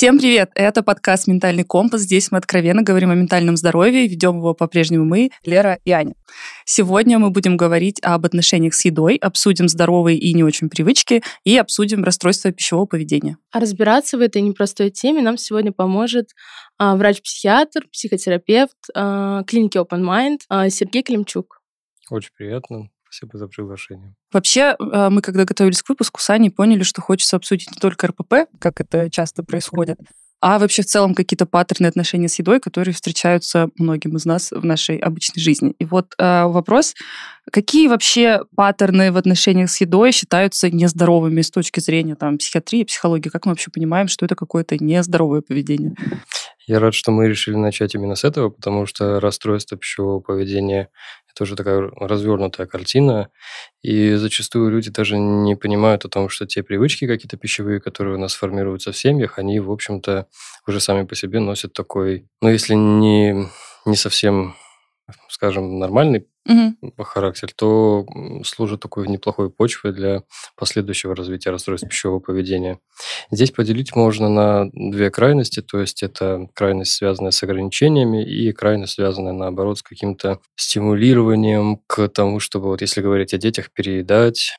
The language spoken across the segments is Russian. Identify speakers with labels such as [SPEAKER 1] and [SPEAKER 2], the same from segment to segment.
[SPEAKER 1] Всем привет! Это подкаст «Ментальный компас». Здесь мы откровенно говорим о ментальном здоровье. Ведем его по-прежнему мы, Лера и Аня. Сегодня мы будем говорить об отношениях с едой, обсудим здоровые и не очень привычки и обсудим расстройства пищевого поведения.
[SPEAKER 2] А разбираться в этой непростой теме нам сегодня поможет врач-психиатр, психотерапевт клиники Open Mind Сергей Климчук.
[SPEAKER 3] Очень приятно. Спасибо за приглашение.
[SPEAKER 1] Вообще, мы когда готовились к выпуску с Аней, поняли, что хочется обсудить не только РПП, как это часто происходит, а вообще в целом какие-то паттерны отношений с едой, которые встречаются многим из нас в нашей обычной жизни. И вот вопрос, какие вообще паттерны в отношениях с едой считаются нездоровыми с точки зрения психиатрии, психологии? Как мы вообще понимаем, что это какое-то нездоровое поведение?
[SPEAKER 3] Я рад, что мы решили начать именно с этого, потому что расстройство пищевого поведения – это уже такая развернутая картина, и зачастую люди даже не понимают о том, что те привычки какие-то пищевые, которые у нас формируются в семьях, они, в общем-то, уже сами по себе носят такой, если не совсем, скажем, нормальный характер, то служит такой неплохой почвой для последующего развития расстройств пищевого поведения. Здесь поделить можно на две крайности, то есть это крайность, связанная с ограничениями, и крайность, связанная, наоборот, с каким-то стимулированием к тому, чтобы, если говорить о детях, переедать,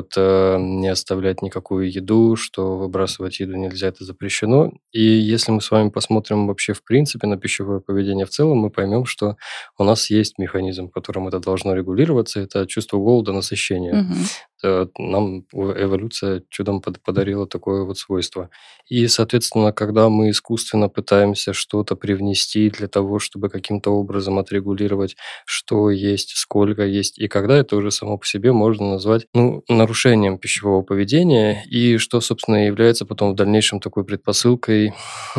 [SPEAKER 3] не оставлять никакую еду, что выбрасывать еду нельзя, это запрещено. И если мы с вами посмотрим вообще в принципе на пищевое поведение в целом, мы поймем, что у нас есть механизм, которым это должно регулироваться, это чувство голода, насыщения. Нам эволюция чудом подарила такое вот свойство. И, соответственно, когда мы искусственно пытаемся что-то привнести для того, чтобы каким-то образом отрегулировать, что есть, сколько есть и когда, это уже само по себе можно назвать нарушением пищевого поведения, и что, собственно, является потом в дальнейшем такой предпосылкой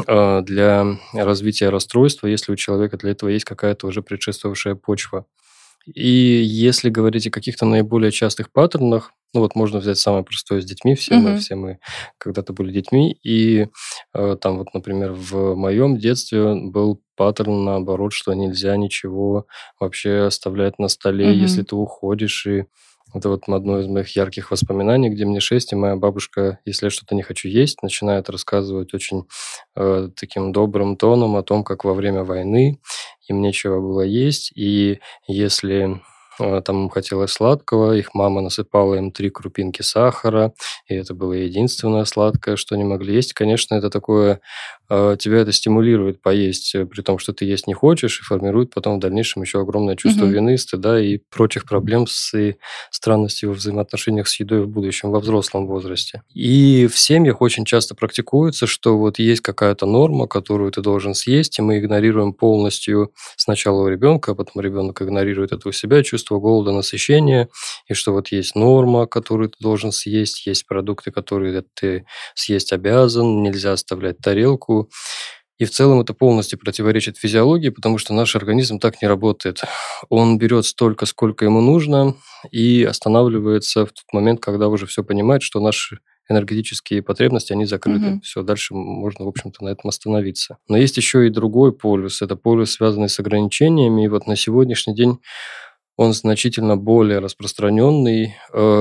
[SPEAKER 3] для развития расстройства, если у человека для этого есть какая-то уже предшествовавшая почва. И если говорить о каких-то наиболее частых паттернах, можно взять самое простое с детьми. Все мы когда-то были детьми, и например, в моем детстве был паттерн, наоборот, что нельзя ничего вообще оставлять на столе, если ты уходишь, и это одно из моих ярких воспоминаний, где мне 6, и моя бабушка, если я что-то не хочу есть, начинает рассказывать очень таким добрым тоном о том, как во время войны им нечего было есть, и если там им хотелось сладкого, их мама насыпала им 3 крупинки сахара, и это было единственное сладкое, что они могли есть. Конечно, это такое, тебя это стимулирует поесть, при том, что ты есть не хочешь, и формирует потом в дальнейшем еще огромное чувство вины, стыда и прочих проблем с странностью в взаимоотношениях с едой в будущем, во взрослом возрасте. И в семьях очень часто практикуется, что есть какая-то норма, которую ты должен съесть, и мы игнорируем полностью сначала у ребенка, а потом ребенок игнорирует это у себя, чувство голода, насыщения, и что есть норма, которую ты должен съесть, есть продукты, которые ты съесть обязан, нельзя оставлять тарелку. И в целом это полностью противоречит физиологии, потому что наш организм так не работает. Он берет столько, сколько ему нужно, и останавливается в тот момент, когда уже все понимает, что наши энергетические потребности, они закрыты. Все, дальше можно, в общем-то, на этом остановиться. Но есть еще и другой полюс. Это полюс, связанный с ограничениями. И на сегодняшний день он значительно более распространенный.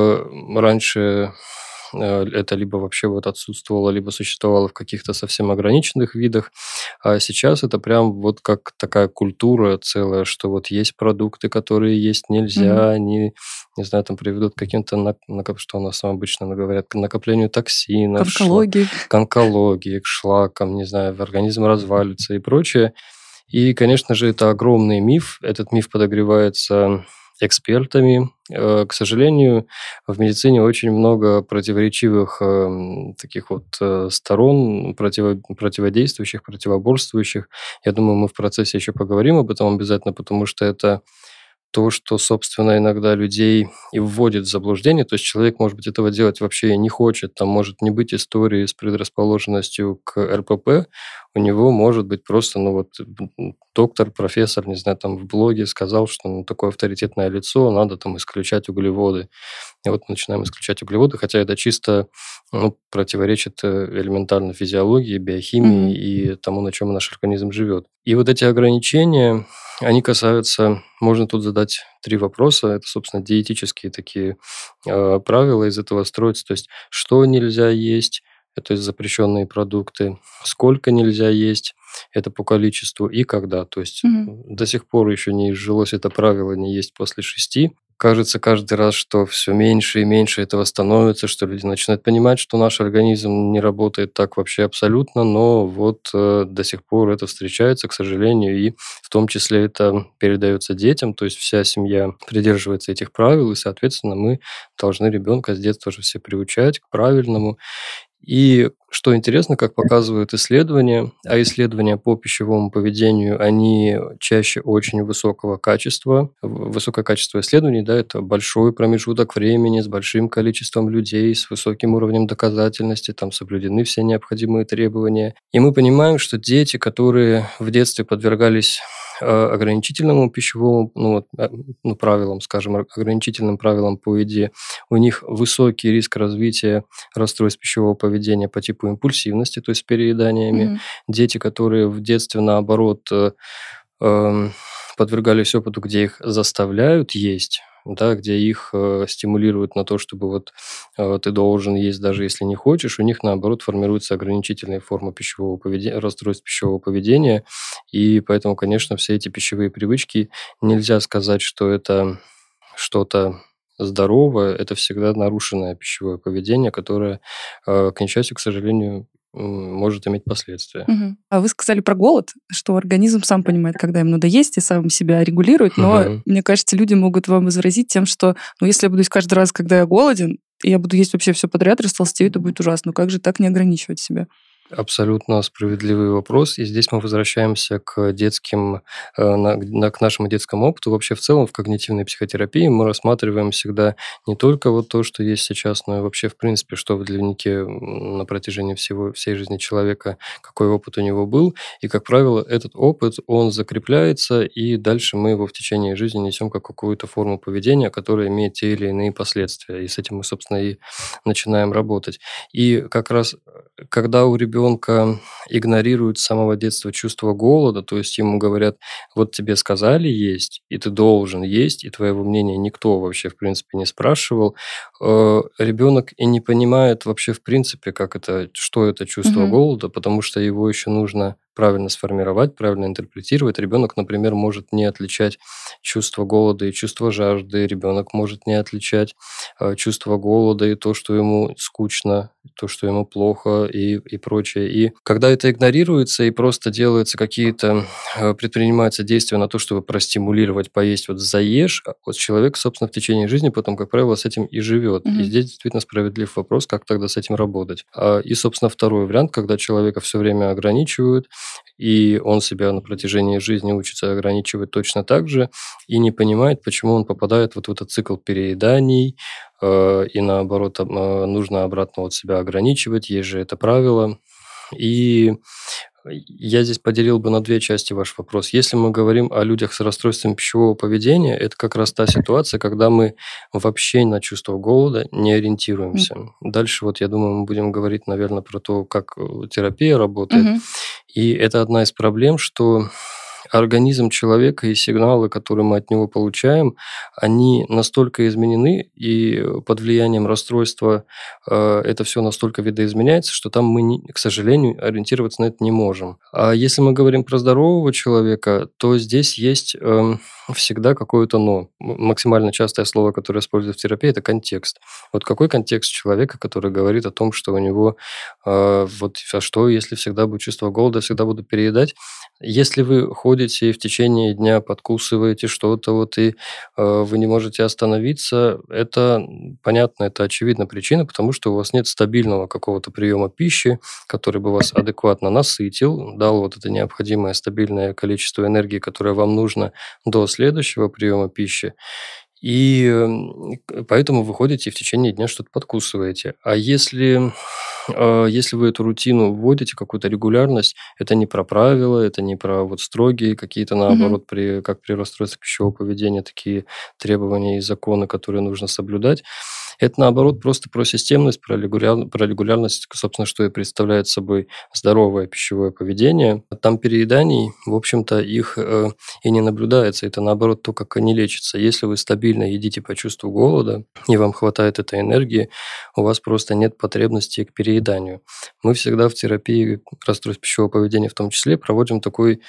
[SPEAKER 3] Раньше это либо вообще отсутствовало, либо существовало в каких-то совсем ограниченных видах. А сейчас это прям как такая культура целая, что есть продукты, которые есть нельзя, они, не знаю, приведут к каким-то, что у нас обычно говорят, к накоплению токсинов, к онкологии, к шлакам, не знаю, организм развалится и прочее. И, конечно же, это огромный миф. Этот миф подогревается экспертами. К сожалению, в медицине очень много противоречивых таких сторон, противодействующих, противоборствующих. Я думаю, мы в процессе еще поговорим об этом обязательно, потому что это то, что, собственно, иногда людей и вводит в заблуждение. То есть человек, может быть, этого делать вообще не хочет. Там может не быть истории с предрасположенностью к РПП. У него может быть просто, доктор, профессор, не знаю, в блоге сказал, что такое авторитетное лицо, надо исключать углеводы. И начинаем исключать углеводы, хотя это чисто противоречит элементарно физиологии, биохимии и тому, на чем наш организм живет. И эти ограничения, они касаются, можно тут задать 3 вопроса, это, собственно, диетические такие правила из этого строятся, то есть, что нельзя есть, то есть запрещенные продукты, сколько нельзя есть, это по количеству и когда. То есть до сих пор еще не изжилось это правило не есть после 6. Кажется каждый раз, что все меньше и меньше этого становится, что люди начинают понимать, что наш организм не работает так вообще абсолютно, но вот до сих пор это встречается, к сожалению, и в том числе это передается детям, то есть вся семья придерживается этих правил, и, соответственно, мы должны ребенка с детства уже все приучать к правильному. И что интересно, как показывают исследования, а исследования по пищевому поведению, они чаще очень высокого качества. Высокое качество исследований, да, это большой промежуток времени с большим количеством людей, с высоким уровнем доказательности, там соблюдены все необходимые требования. И мы понимаем, что дети, которые в детстве подвергались ограничительному пищевому правилам, скажем, ограничительным правилам по еде, у них высокий риск развития расстройств пищевого поведения по типу импульсивности, то есть с перееданиями. Дети, которые в детстве, наоборот, подвергались опыту, где их заставляют есть, да, где их стимулируют на то, чтобы вот ты должен есть, даже если не хочешь, у них, наоборот, формируются ограничительные формы пищевого поведения, расстройств пищевого поведения, и поэтому, конечно, все эти пищевые привычки нельзя сказать, что это что-то здоровое, это всегда нарушенное пищевое поведение, которое, к несчастью, к сожалению, может иметь последствия.
[SPEAKER 1] А вы сказали про голод, что организм сам понимает, когда им надо есть, и сам себя регулирует, но, мне кажется, люди могут вам возразить тем, что, если я буду есть каждый раз, когда я голоден, и я буду есть вообще все подряд, растолстею, это будет ужасно. Как же так не ограничивать себя?
[SPEAKER 3] Абсолютно справедливый вопрос. И здесь мы возвращаемся к детским, к нашему детскому опыту. Вообще, в целом, в когнитивной психотерапии мы рассматриваем всегда не только вот то, что есть сейчас, но и вообще, в принципе, что в дневнике на протяжении всей жизни человека, какой опыт у него был. И, как правило, этот опыт, он закрепляется, и дальше мы его в течение жизни несем как какую-то форму поведения, которая имеет те или иные последствия. И с этим мы, собственно, и начинаем работать. И как раз, когда у ребенка игнорируют с самого детства чувство голода, то есть ему говорят, вот тебе сказали есть, и ты должен есть, и твоего мнения никто вообще, в принципе, не спрашивал, ребенок и не понимает вообще, в принципе, что это чувство голода, потому что его еще нужно правильно сформировать, правильно интерпретировать. Ребенок, например, может не отличать чувство голода и чувство жажды. Ребенок может не отличать чувство голода и то, что ему скучно, то, что ему плохо и прочее. И когда это игнорируется и просто делаются предпринимаются действия на то, чтобы простимулировать, поесть, вот заешь, вот человек, собственно, в течение жизни потом, как правило, с этим и живет. И здесь действительно справедлив вопрос, как тогда с этим работать. И, собственно, второй вариант, когда человека все время ограничивают, и он себя на протяжении жизни учится ограничивать точно так же, и не понимает, почему он попадает вот в этот цикл перееданий, и наоборот, нужно обратно от себя ограничивать, есть же это правило. И я здесь поделил бы на две части ваш вопрос. Если мы говорим о людях с расстройством пищевого поведения, это как раз та ситуация, когда мы вообще на чувство голода не ориентируемся. Дальше вот, я думаю, мы будем говорить, наверное, про то, как терапия работает. И это одна из проблем, что организм человека и сигналы, которые мы от него получаем, они настолько изменены, и под влиянием расстройства это все настолько видоизменяется, что там мы, к сожалению, ориентироваться на это не можем. А если мы говорим про здорового человека, то здесь есть всегда какое-то «но». Максимально частое слово, которое используют в терапии, это контекст. Вот какой контекст человека, который говорит о том, что у него что, если всегда будет чувство голода, всегда буду переедать? Если вы ходите и в течение дня подкусываете что-то, и вы не можете остановиться, это понятно, это очевидная причина, потому что у вас нет стабильного какого-то приема пищи, который бы вас адекватно насытил, дал вот это необходимое стабильное количество энергии, которое вам нужно до следующего приема пищи. И поэтому вы ходите и в течение дня что-то подкусываете. А если вы эту рутину вводите, какую-то регулярность, это не про правила, это не про строгие какие-то, наоборот, как при расстройстве пищевого поведения, такие требования и законы, которые нужно соблюдать. Это, наоборот, просто про системность, про регулярность, собственно, что и представляет собой здоровое пищевое поведение. Там перееданий, в общем-то, их и не наблюдается. Это, наоборот, то, как они лечатся. Если вы стабильно едите по чувству голода, и вам хватает этой энергии, у вас просто нет потребности к перееданию. Мы всегда в терапии расстройств пищевого поведения в том числе проводим такой,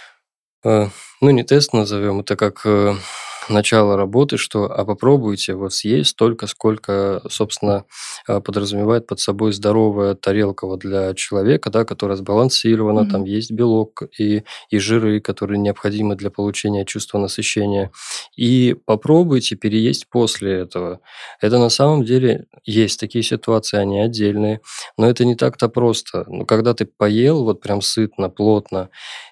[SPEAKER 3] не тест назовем, это как начало работы, что попробуйте вот съесть столько, сколько, собственно, подразумевает под собой здоровая тарелка вот для человека, да, которая сбалансирована, там есть белок и жиры, которые необходимы для получения чувства насыщения. И попробуйте переесть после этого. Это на самом деле есть такие ситуации, они отдельные, но это не так-то просто. Когда ты поел вот прям сытно, плотно,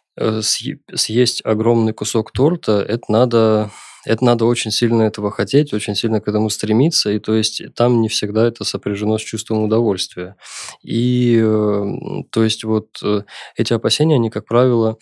[SPEAKER 3] съесть огромный кусок торта, это надо очень сильно этого хотеть, очень сильно к этому стремиться, и то есть там не всегда это сопряжено с чувством удовольствия. И то есть вот эти опасения, они, как правило,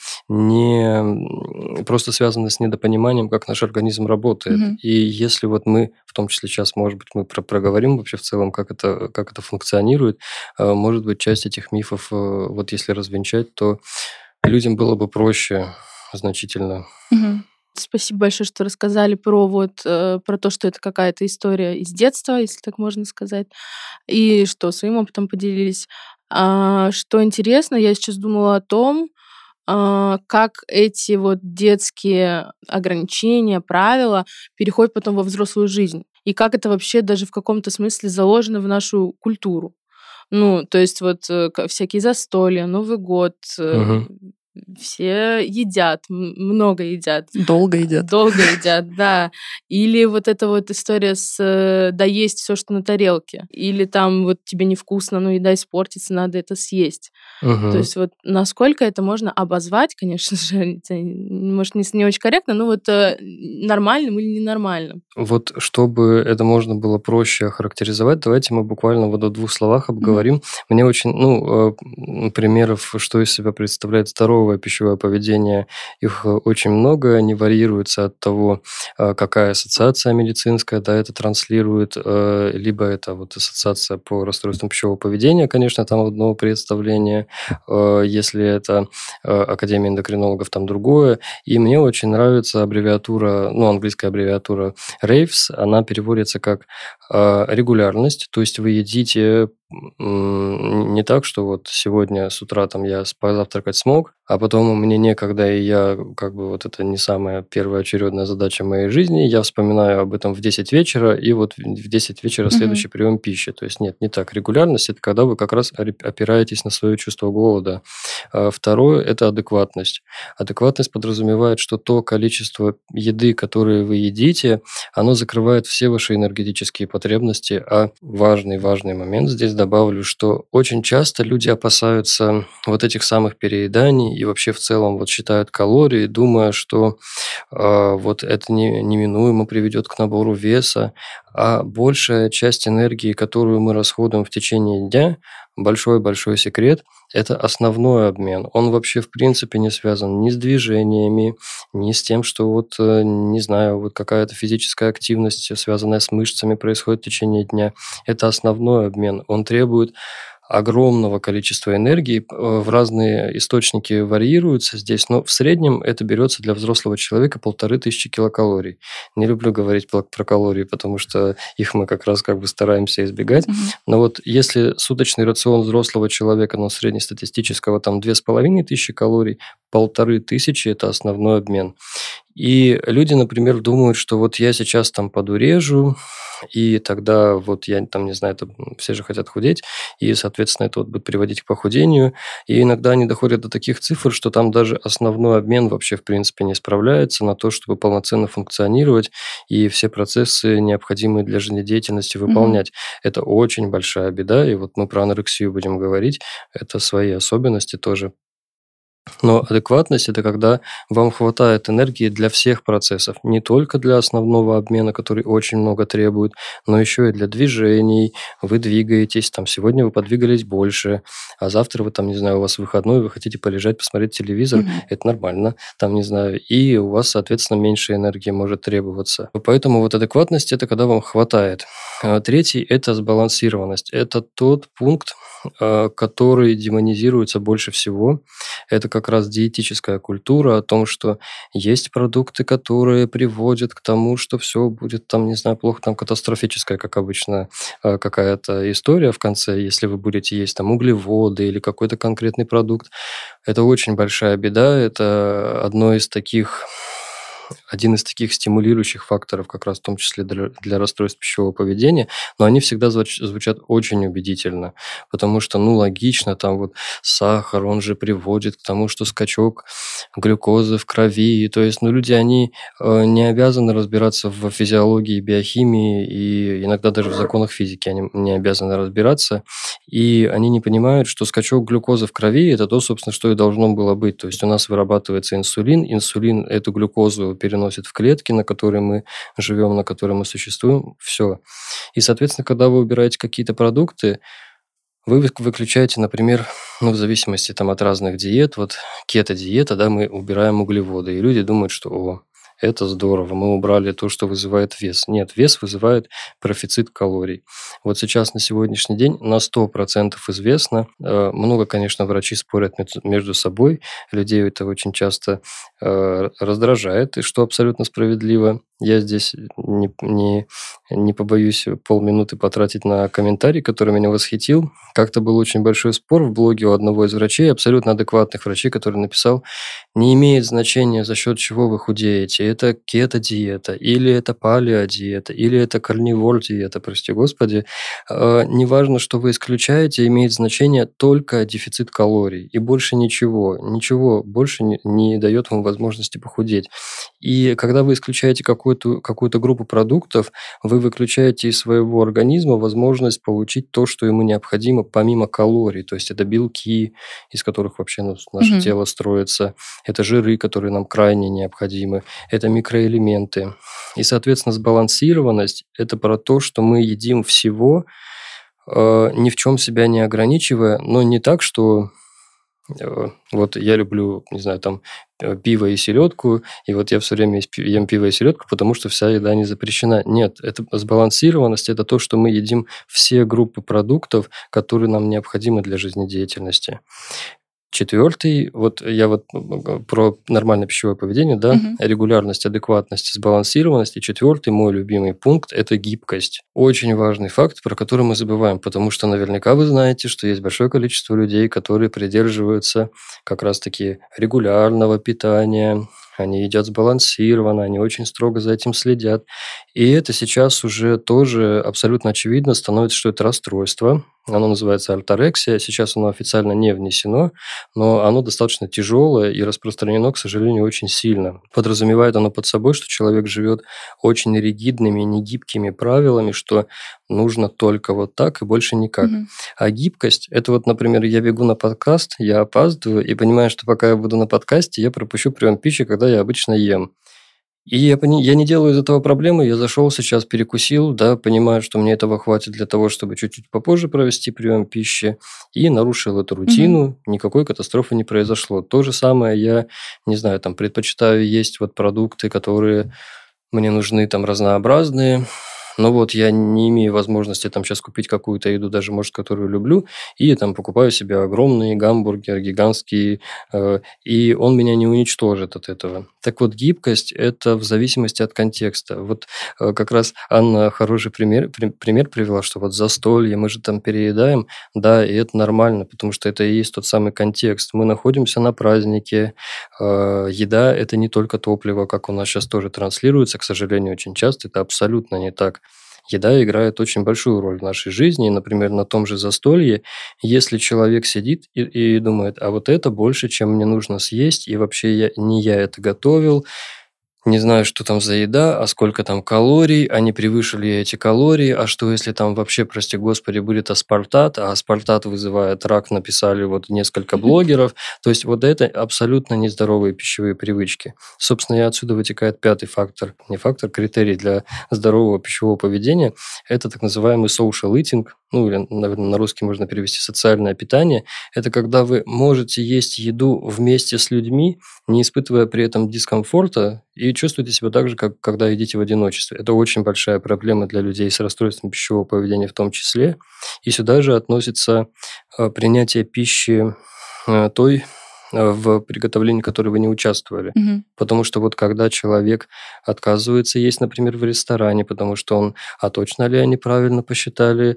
[SPEAKER 3] не просто связаны с недопониманием, как наш организм работает. И если вот мы, в том числе сейчас, может быть, мы проговорим вообще в целом, как это функционирует, может быть, часть этих мифов, вот если развенчать, то людям было бы проще значительно.
[SPEAKER 2] Спасибо большое, что рассказали про то, что это какая-то история из детства, если так можно сказать, и что своим опытом поделились. Что интересно, я сейчас думала о том, как эти вот детские ограничения, правила переходят потом во взрослую жизнь, и как это вообще даже в каком-то смысле заложено в нашу культуру. То есть вот всякие застолья, Новый год, все едят, много едят.
[SPEAKER 1] Долго едят.
[SPEAKER 2] Долго едят, да. Или вот эта вот история с доесть все, что на тарелке. Или там вот тебе невкусно, еда испортится, надо это съесть. То есть вот насколько это можно обозвать, конечно же, это, может, не очень корректно, но вот нормальным или ненормальным.
[SPEAKER 3] Вот чтобы это можно было проще охарактеризовать, давайте мы буквально вот в 2 словах обговорим. Мне очень, примеров, что из себя представляет здоровое пищевое поведение, их очень много, они варьируются от того, какая ассоциация медицинская, да, это транслирует, либо это вот ассоциация по расстройствам пищевого поведения, конечно, там одно представление, если это Академия эндокринологов, там другое. И мне очень нравится аббревиатура, английская аббревиатура RAVES, она переводится как регулярность, то есть вы едите не так, что вот сегодня с утра там я позавтракать смог, а потом мне некогда, и я вот это не самая первоочередная задача моей жизни, я вспоминаю об этом в 10 вечера, и вот в 10 вечера следующий прием пищи. То есть нет, не так. Регулярность – это когда вы как раз опираетесь на свое чувство голода. Второе – это адекватность. Адекватность подразумевает, что то количество еды, которое вы едите, оно закрывает все ваши энергетические потребности. А важный момент здесь добавлю, что очень часто люди опасаются вот этих самых перееданий и вообще в целом вот считают калории, думая, что вот это неминуемо приведет к набору веса, а большая часть энергии, которую мы расходуем в течение дня, большой секрет – это основной обмен. Он вообще в принципе не связан ни с движениями, ни с тем, что вот, не знаю, вот какая-то физическая активность, связанная с мышцами, происходит в течение дня. Это основной обмен. Он требует огромного количества энергии, в разные источники варьируются здесь, но в среднем это берется для взрослого человека 1500 килокалорий. Не люблю говорить про калории, потому что их мы как раз стараемся избегать, но вот если суточный рацион взрослого человека, среднестатистического, там 2500 калорий, 1500 – это основной обмен. И люди, например, думают, что вот я сейчас там подурежу, и тогда вот я там, не знаю, все же хотят худеть, и, соответственно, это вот будет приводить к похудению. И иногда они доходят до таких цифр, что там даже основной обмен вообще, в принципе, не справляется на то, чтобы полноценно функционировать и все процессы, необходимые для жизнедеятельности, выполнять. Это очень большая беда, и вот мы про анорексию будем говорить, это свои особенности тоже. Но адекватность – это когда вам хватает энергии для всех процессов, не только для основного обмена, который очень много требует, но еще и для движений. Вы двигаетесь, там сегодня вы подвигались больше, а завтра вы там, не знаю, у вас выходной, вы хотите полежать, посмотреть телевизор, это нормально, там, не знаю, и у вас, соответственно, меньше энергии может требоваться. Поэтому вот адекватность – это когда вам хватает. Третий – это сбалансированность. Это тот пункт, который демонизируется больше всего. Это как раз диетическая культура о том, что есть продукты, которые приводят к тому, что все будет там, не знаю, плохо, там катастрофическая, как обычно, какая-то история в конце, если вы будете есть там углеводы или какой-то конкретный продукт. Это очень большая беда, это один из таких стимулирующих факторов, как раз в том числе для расстройств пищевого поведения, но они всегда звучат очень убедительно, потому что, логично, там вот сахар, он же приводит к тому, что скачок глюкозы в крови, то есть, люди, они не обязаны разбираться в физиологии, биохимии и иногда даже в законах физики они не обязаны разбираться, и они не понимают, что скачок глюкозы в крови – это то, собственно, что и должно было быть, то есть у нас вырабатывается инсулин эту глюкозу переносит в клетки, на которые мы живем, на которые мы существуем, все. И, соответственно, когда вы убираете какие-то продукты, вы выключаете, например, в зависимости там, от разных диет, вот кето-диета, да, мы убираем углеводы, и люди думают, что это здорово, мы убрали то, что вызывает вес. Нет, вес вызывает профицит калорий. Вот сейчас на сегодняшний день на 100% известно, много, конечно, врачи спорят между собой, людей это очень часто раздражает, и что абсолютно справедливо. Я здесь не побоюсь полминуты потратить на комментарий, который меня восхитил. Как-то был очень большой спор в блоге у одного из врачей, абсолютно адекватных врачей, который написал: не имеет значения, за счет чего вы худеете. Это кето-диета, или это палеодиета, или это карнивор-диета, прости господи. Неважно, что вы исключаете, имеет значение только дефицит калорий. И больше ничего. Ничего больше не дает вам возможности похудеть. И когда вы исключаете какую-то группу продуктов, вы выключаете из своего организма возможность получить то, что ему необходимо помимо калорий. То есть это белки, из которых вообще наше тело строится, это жиры, которые нам крайне необходимы, это микроэлементы. И, соответственно, сбалансированность – это про то, что мы едим всего, ни в чем себя не ограничивая, но не так, что вот я люблю, не знаю, там пиво и селедку, и вот я все время ем пиво и селедку, потому что вся еда не запрещена. Нет, это сбалансированность, это то, что мы едим все группы продуктов, которые нам необходимы для жизнедеятельности. Четвертый, я про нормальное пищевое поведение, да, регулярность, адекватность, сбалансированность. И четвертый, мой любимый пункт, это гибкость. Очень важный факт, про который мы забываем, потому что наверняка вы знаете, что есть большое количество людей, которые придерживаются как раз-таки регулярного питания, они едят сбалансированно, они очень строго за этим следят. И это сейчас уже тоже абсолютно очевидно становится, что это расстройство. Оно называется орторексия. Сейчас оно официально не внесено, но оно достаточно тяжелое и распространено, к сожалению, очень сильно. Подразумевает оно под собой, что человек живет очень ригидными, негибкими правилами, что нужно только вот так и больше никак. А гибкость – это например, я бегу на подкаст, я опаздываю и понимаю, что пока я буду на подкасте, я пропущу прием пищи, когда я обычно ем. И я не делаю из этого проблемы, я зашел сейчас, перекусил, да, понимаю, что мне этого хватит для того, чтобы чуть-чуть попозже провести прием пищи, и нарушил эту рутину, никакой катастрофы не произошло. То же самое я, не знаю, там, предпочитаю есть продукты, которые мне нужны, там, разнообразные, но я не имею возможности там сейчас купить какую-то еду, даже, может, которую люблю, и там покупаю себе огромный гамбургер, гигантский, и он меня не уничтожит от этого. Так вот, гибкость – это в зависимости от контекста. Как раз Анна хороший пример привела, что застолье, мы же там переедаем, да, и это нормально, потому что это и есть тот самый контекст. Мы находимся на празднике, еда – это не только топливо, как у нас сейчас тоже транслируется, к сожалению, очень часто, это абсолютно не так. Еда играет очень большую роль в нашей жизни. Например, на том же застолье, если человек сидит и думает, а вот это больше, чем мне нужно съесть, и вообще не я это готовил, не знаю, что там за еда, а сколько там калорий, а не превыше ли я эти калории, а что если там вообще, прости господи, будет аспартат, а аспартат вызывает рак, написали несколько блогеров. То есть это абсолютно нездоровые пищевые привычки. Собственно, и отсюда вытекает пятый фактор, критерий для здорового пищевого поведения, это так называемый social eating, ну, или, наверное, на русский можно перевести социальное питание, это когда вы можете есть еду вместе с людьми, не испытывая при этом дискомфорта, и чувствуете себя так же, как когда едите в одиночестве. Это очень большая проблема для людей с расстройством пищевого поведения в том числе. И сюда же относится принятие пищи той, в приготовлении которой вы не участвовали. Потому что вот когда человек отказывается есть, например, в ресторане, потому что он, а точно ли они правильно посчитали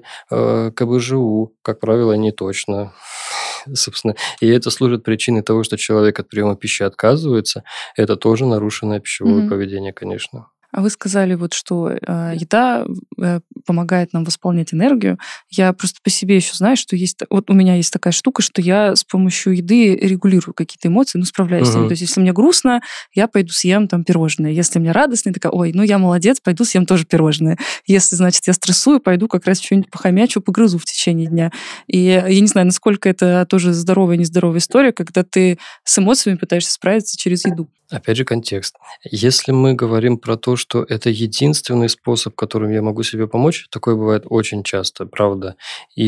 [SPEAKER 3] КБЖУ, как правило, не точно. Собственно, и это служит причиной того, что человек от приема пищи отказывается. Это тоже нарушенное пищевое поведение, конечно.
[SPEAKER 1] А вы сказали, вот, что еда помогает нам восполнять энергию. Я просто по себе еще знаю, что есть... Вот у меня есть такая штука, что я с помощью еды регулирую какие-то эмоции, справляюсь с ними. То есть если мне грустно, я пойду съем там пирожное. Если мне радостно, я такая, ой, я молодец, пойду съем тоже пирожное. Если, значит, я стрессую, пойду как раз что-нибудь похомячу, погрызу в течение дня. И я не знаю, насколько это тоже здоровая и нездоровая история, когда ты с эмоциями пытаешься справиться через еду.
[SPEAKER 3] Опять же, контекст. Если мы говорим про то, что это единственный способ, которым я могу себе помочь, такое бывает очень часто, правда.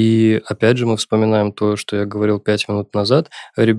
[SPEAKER 3] И опять же мы вспоминаем то, что я говорил 5 минут назад.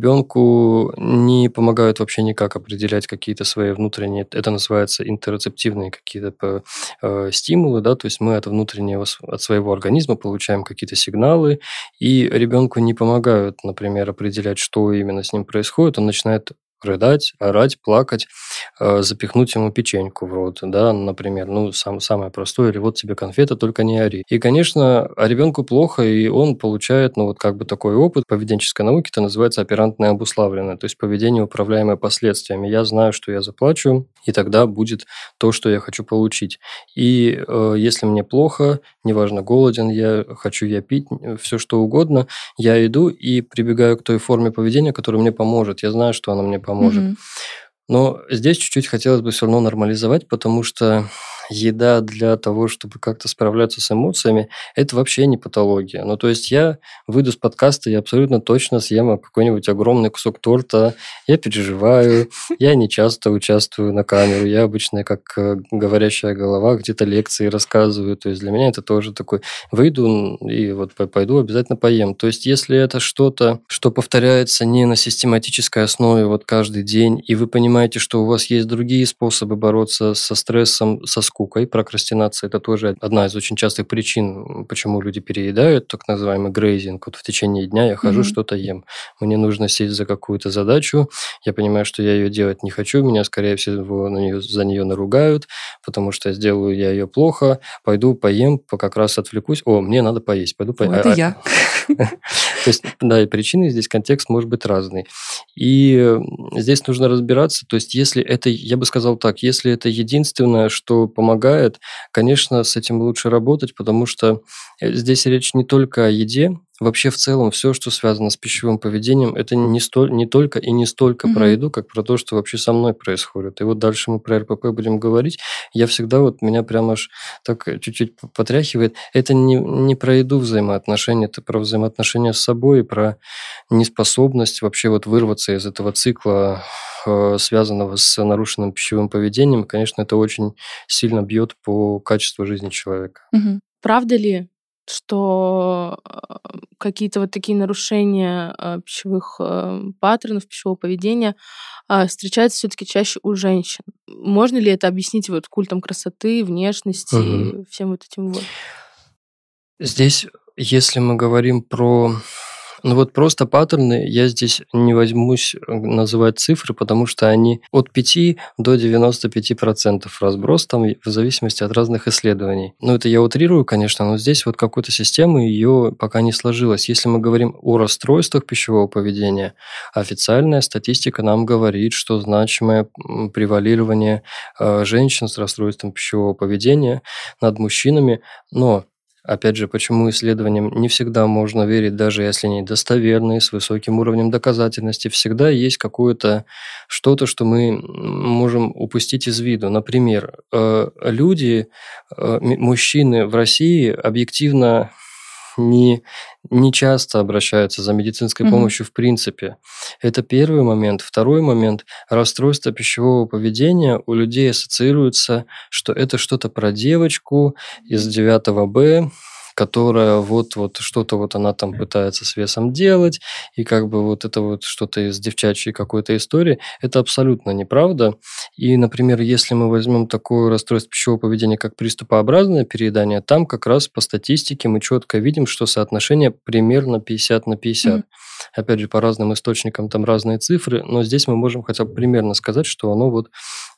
[SPEAKER 3] Ребенку не помогают вообще никак определять какие-то свои внутренние, это называется интероцептивные какие-то стимулы, да, то есть мы от внутреннего, от своего организма получаем какие-то сигналы, и ребенку не помогают, например, определять, что именно с ним происходит, он начинает рыдать, орать, плакать, запихнуть ему печеньку в рот, да, например, самое простое, или вот тебе конфета, только не ори. И, конечно, ребенку плохо, и он получает, такой опыт. В поведенческой науке это называется оперантное обуславленное, то есть поведение, управляемое последствиями. Я знаю, что я заплачу, и тогда будет то, что я хочу получить. И если мне плохо, неважно, голоден я, хочу я пить, все что угодно, я иду и прибегаю к той форме поведения, которая мне поможет. Я знаю, что она мне поможет. Но здесь чуть-чуть хотелось бы все равно нормализовать, потому что еда для того, чтобы как-то справляться с эмоциями, это вообще не патология. То есть я выйду с подкаста, я абсолютно точно съем какой-нибудь огромный кусок торта, я переживаю, я не часто участвую на камеру, я обычно как говорящая голова где-то лекции рассказываю, то есть для меня это тоже такой, выйду и вот пойду обязательно поем. То есть если это что-то, что повторяется не на систематической основе вот каждый день, и вы понимаете, что у вас есть другие способы бороться со стрессом, со скукой, прокрастинация – это тоже одна из очень частых причин, почему люди переедают, так называемый грейзинг. Вот в течение дня я хожу, что-то ем. Мне нужно сесть за какую-то задачу, я понимаю, что я ее делать не хочу, меня, скорее всего, за нее наругают, потому что сделаю я ее плохо, пойду поем, как раз отвлекусь, мне надо поесть, пойду поем.
[SPEAKER 1] Это я.
[SPEAKER 3] То есть, да, и причины здесь, контекст может быть разный. И здесь нужно разбираться, то есть если это, я бы сказал так, если это единственное, что помогает, конечно, с этим лучше работать, потому что здесь речь не только о еде, вообще в целом все, что связано с пищевым поведением, это не только и не столько про еду, как про то, что вообще со мной происходит. И вот дальше мы про РПП будем говорить. Я всегда меня прямо аж так чуть-чуть потряхивает. Это не про еду взаимоотношения, это про взаимоотношения с собой, про неспособность вообще вырваться из этого цикла, связанного с нарушенным пищевым поведением. Конечно, это очень сильно бьет по качеству жизни человека.
[SPEAKER 2] Правда ли, что какие-то такие нарушения пищевых паттернов, пищевого поведения встречаются все-таки чаще у женщин? Можно ли это объяснить культом красоты, внешности, всем этим?
[SPEAKER 3] Здесь, если мы говорим про... просто паттерны, я здесь не возьмусь называть цифры, потому что они от 5 до 95% разброс там в зависимости от разных исследований. Это я утрирую, конечно, но здесь какой-то системы ее пока не сложилось. Если мы говорим о расстройствах пищевого поведения, официальная статистика нам говорит, что значимое превалирование женщин с расстройством пищевого поведения над мужчинами, но опять же, почему исследованиям не всегда можно верить, даже если они достоверные, с высоким уровнем доказательности. Всегда есть какое-то что-то, что мы можем упустить из виду. Например, люди, мужчины в России объективно не часто обращаются за медицинской помощью в принципе. Это первый момент. Второй момент. Расстройство пищевого поведения у людей ассоциируется, что это что-то про девочку из 9 Б, которая вот что-то вот она там пытается с весом делать, и как бы вот это вот что-то из девчачьей какой-то истории, это абсолютно неправда. И, например, если мы возьмем такое расстройство пищевого поведения, как приступообразное переедание, там как раз по статистике мы четко видим, что соотношение примерно 50 на 50. Опять же, по разным источникам там разные цифры, но здесь мы можем хотя бы примерно сказать, что оно вот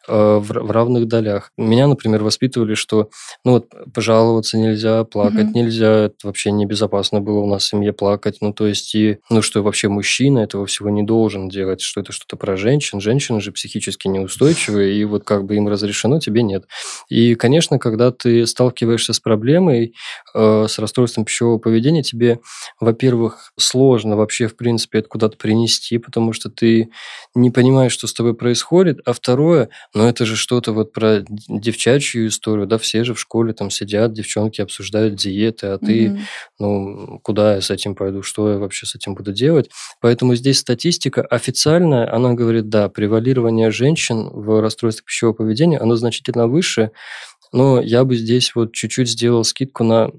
[SPEAKER 3] в равных долях. Меня, например, воспитывали, что ну вот пожаловаться нельзя, плакать нельзя, это вообще небезопасно было у нас в семье плакать, ну то есть и, ну что вообще мужчина этого всего не должен делать, что это что-то про женщин, женщины же психически неустойчивые, и вот как бы им разрешено, тебе нет. И, конечно, когда ты сталкиваешься с проблемой, с расстройством пищевого поведения, тебе, во-первых, сложно вообще, в принципе, это куда-то принести, потому что ты не понимаешь, что с тобой происходит, а второе, но это же что-то вот про девчачью историю, да, все же в школе там сидят, девчонки обсуждают диеты, а ты, ну, куда я с этим пойду, что я вообще с этим буду делать? Поэтому здесь статистика официальная, она говорит, да, превалирование женщин в расстройстве пищевого поведения, оно значительно выше, но я бы здесь вот чуть-чуть сделал скидку на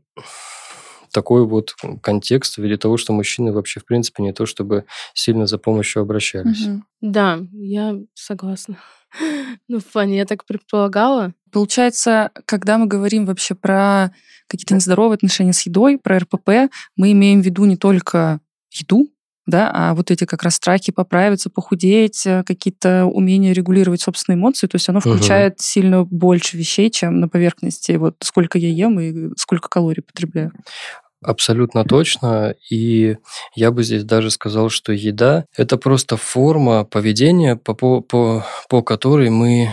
[SPEAKER 3] такой вот контекст в виде того, что мужчины вообще, в принципе, не то чтобы сильно за помощью обращались.
[SPEAKER 2] Да, я согласна. Ну, в плане, я так предполагала.
[SPEAKER 1] Получается, когда мы говорим вообще про какие-то нездоровые отношения с едой, про РПП, мы имеем в виду не только еду, да, а вот эти как раз страхи поправиться, похудеть, какие-то умения регулировать собственные эмоции, то есть оно включает сильно больше вещей, чем на поверхности, вот сколько я ем и сколько калорий потребляю.
[SPEAKER 3] Абсолютно точно. И я бы здесь даже сказал, что еда – это просто форма поведения, по которой мы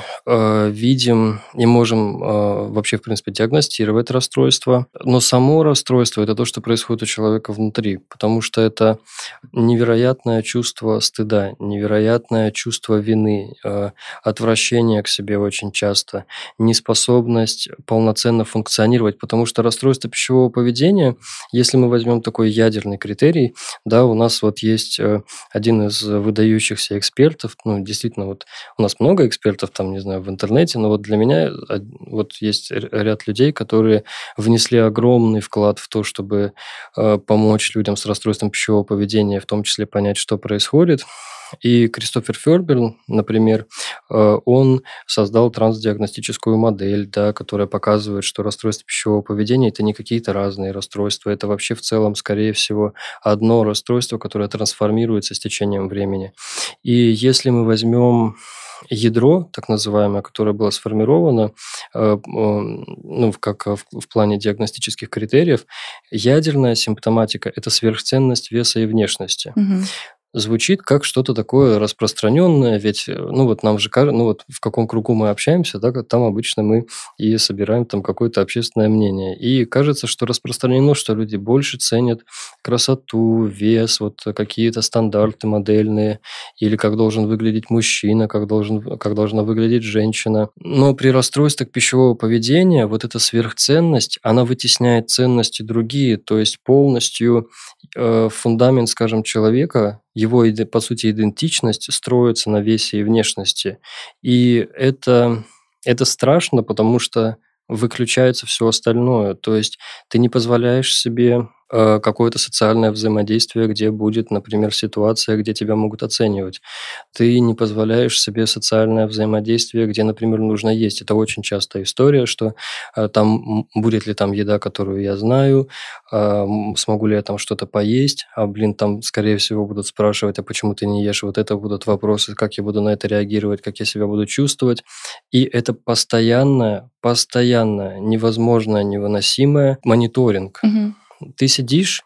[SPEAKER 3] видим и можем вообще, в принципе, диагностировать расстройство. Но само расстройство – это то, что происходит у человека внутри, потому что это невероятное чувство стыда, невероятное чувство вины, отвращение к себе очень часто, неспособность полноценно функционировать, потому что расстройство пищевого поведения – если мы возьмем такой ядерный критерий, да, у нас вот есть один из выдающихся экспертов, ну, действительно, вот у нас много экспертов там, не знаю, в интернете, но вот для меня вот есть ряд людей, которые внесли огромный вклад в то, чтобы помочь людям с расстройством пищевого поведения, в том числе понять, что происходит. И Кристофер Ферберн, например, он создал трансдиагностическую модель, да, которая показывает, что расстройство пищевого поведения – это не какие-то разные расстройства, это вообще в целом, скорее всего, одно расстройство, которое трансформируется с течением времени. И если мы возьмем ядро, так называемое, которое было сформировано, ну, как в плане диагностических критериев, ядерная симптоматика – это сверхценность веса и внешности. Звучит как что-то такое распространенное, ведь, ну вот нам же, ну вот в каком кругу мы общаемся, да, там обычно мы и собираем там какое-то общественное мнение. И кажется, что распространено, что люди больше ценят красоту, вес, вот какие-то стандарты модельные, или как должен выглядеть мужчина, как должна выглядеть женщина. Но при расстройствах пищевого поведения вот эта сверхценность, она вытесняет ценности другие, то есть полностью фундамент, скажем, человека, его, по сути, идентичность строится на весе и внешности. И это страшно, потому что выключается все остальное. То есть ты не позволяешь себе какое-то социальное взаимодействие, где будет, например, ситуация, где тебя могут оценивать. Ты не позволяешь себе социальное взаимодействие, где, например, нужно есть. Это очень частая история, что там будет ли там еда, которую я знаю, смогу ли я там что-то поесть, там, скорее всего, будут спрашивать, а почему ты не ешь? Вот это будут вопросы, как я буду на это реагировать, как я себя буду чувствовать. И это постоянное, невозможное, невыносимое мониторинг. Ты сидишь,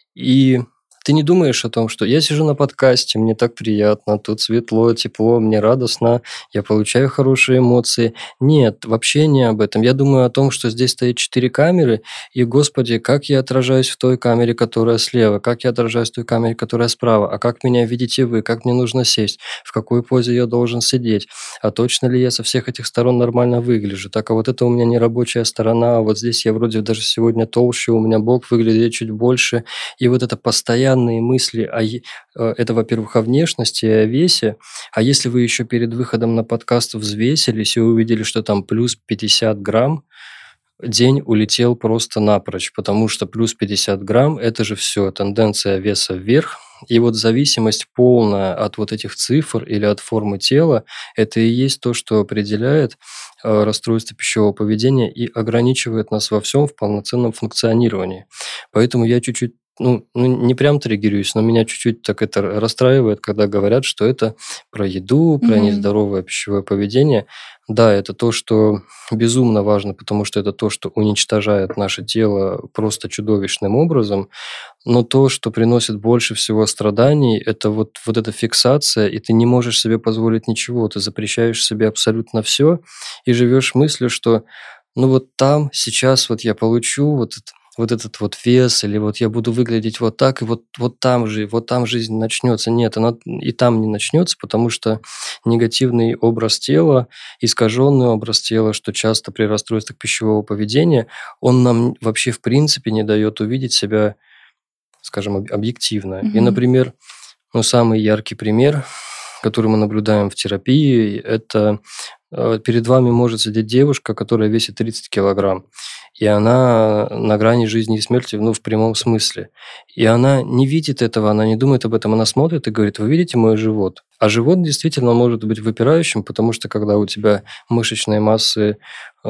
[SPEAKER 3] и ты не думаешь о том, что я сижу на подкасте, мне так приятно, тут светло, тепло, мне радостно, я получаю хорошие эмоции. Нет, вообще не об этом. Я думаю о том, что здесь стоит 4 камеры, и, господи, как я отражаюсь в той камере, которая слева, как я отражаюсь в той камере, которая справа, а как меня видите вы, как мне нужно сесть, в какой позе я должен сидеть, а точно ли я со всех этих сторон нормально выгляжу, так, а вот это у меня не рабочая сторона, а вот здесь я вроде даже сегодня толще, у меня бок выглядит чуть больше, и вот это постоянные мысли, это, во-первых, о внешности, о весе, а если вы еще перед выходом на подкаст взвесились и увидели, что там плюс 50 грамм, день улетел просто напрочь, потому что плюс 50 грамм – это же все тенденция веса вверх. И вот зависимость полная от вот этих цифр или от формы тела – это и есть то, что определяет расстройство пищевого поведения и ограничивает нас во всем в полноценном функционировании. Поэтому я чуть-чуть не прям триггерюсь, но меня чуть-чуть так это расстраивает, когда говорят, что это про еду, про нездоровое пищевое поведение. Да, это то, что безумно важно, потому что это то, что уничтожает наше тело просто чудовищным образом. Но то, что приносит больше всего страданий, это вот эта фиксация, и ты не можешь себе позволить ничего. Ты запрещаешь себе абсолютно все и живешь мыслью, что вот там сейчас вот я получу вот этот вот вес, или вот я буду выглядеть вот так, и вот там жизнь начнется. Нет, она и там не начнется, потому что негативный образ тела, искаженный образ тела, что часто при расстройствах пищевого поведения, он нам вообще в принципе не дает увидеть себя, скажем, объективно. И, например, самый яркий пример, который мы наблюдаем в терапии, это перед вами может сидеть девушка, которая весит 30 килограмм, и она на грани жизни и смерти, в прямом смысле. И она не видит этого, она не думает об этом, она смотрит и говорит: вы видите мой живот? А живот действительно может быть выпирающим, потому что когда у тебя мышечной массы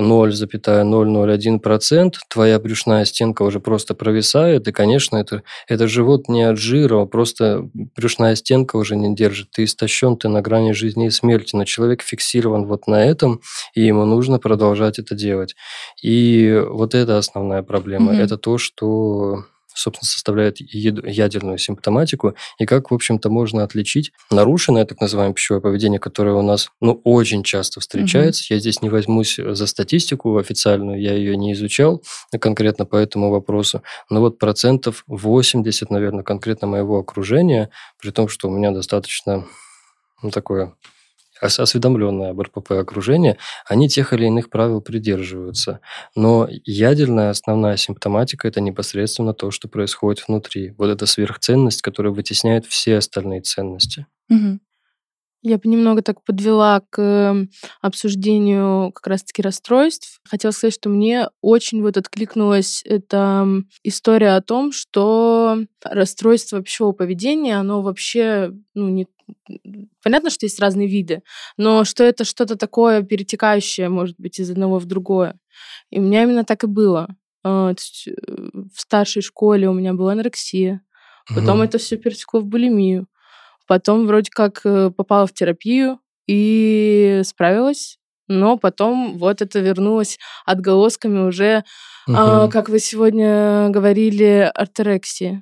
[SPEAKER 3] 0,001%, твоя брюшная стенка уже просто провисает, и, конечно, это живот не от жира, просто брюшная стенка уже не держит. Ты истощен, ты на грани жизни и смерти, но человек фиксирован вот на этом, и ему нужно продолжать это делать. И вот это основная проблема. Это то, что, собственно, составляет ядерную симптоматику, и как, в общем-то, можно отличить нарушенное так называемое пищевое поведение, которое у нас, очень часто встречается. Я здесь не возьмусь за статистику официальную, я ее не изучал конкретно по этому вопросу, но вот 80%, наверное, конкретно моего окружения, при том, что у меня достаточно, такое осведомленное об РПП окружение, они тех или иных правил придерживаются. Но ядерная основная симптоматика – это непосредственно то, что происходит внутри. Вот эта сверхценность, которая вытесняет все остальные ценности.
[SPEAKER 2] Я бы немного так подвела к обсуждению как раз-таки расстройств. Хотела сказать, что мне очень откликнулась эта история о том, что расстройство пищевого поведения, оно вообще, не... Понятно, что есть разные виды, но что это что-то такое перетекающее, может быть, из одного в другое. И у меня именно так и было. В старшей школе у меня была анорексия, потом это все перетекло в булимию. Потом вроде как попала в терапию и справилась, но потом это вернулось отголосками уже, как вы сегодня говорили, орторексии.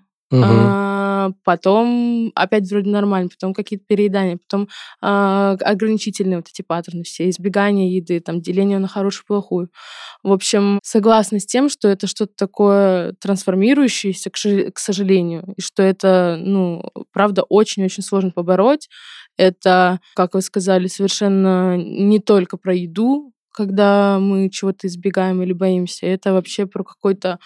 [SPEAKER 2] Потом опять вроде нормально, потом какие-то переедания, потом ограничительные эти паттерны все, избегание еды, деление на хорошую и плохую. В общем, согласна с тем, что это что-то такое трансформирующееся, к сожалению, и что это, правда, очень-очень сложно побороть. Это, как вы сказали, совершенно не только про еду, когда мы чего-то избегаем или боимся, это вообще про какой-то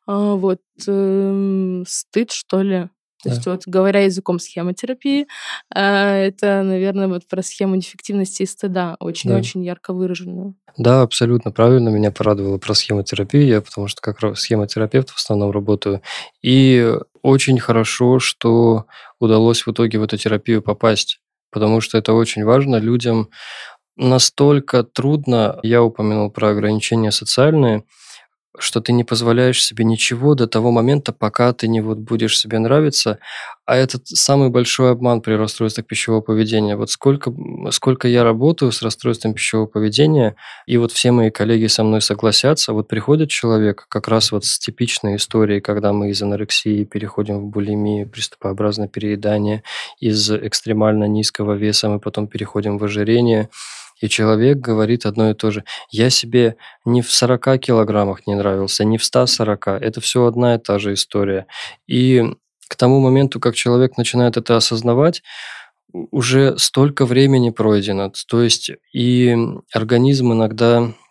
[SPEAKER 2] стыд, что ли. То есть, говоря языком схемотерапии, это, наверное, про схему дефективности и стыда, очень-очень ярко выраженную.
[SPEAKER 3] Да, абсолютно правильно. Меня порадовало про схемотерапию, я потому что как схемотерапевт в основном работаю. И очень хорошо, что удалось в итоге в эту терапию попасть, потому что это очень важно. Людям настолько трудно, я упомянул про ограничения социальные, что ты не позволяешь себе ничего до того момента, пока ты не будешь себе нравиться. А это самый большой обман при расстройствах пищевого поведения. Вот сколько я работаю с расстройством пищевого поведения, и все мои коллеги со мной согласятся, приходит человек как раз с типичной историей, когда мы из анорексии переходим в булимию, приступообразное переедание, из экстремально низкого веса мы потом переходим в ожирение. И человек говорит одно и то же. Я себе не в 40 килограммах не нравился, не в 140. Это все одна и та же история. И к тому моменту, как человек начинает это осознавать, уже столько времени пройдено. То есть и организм иногда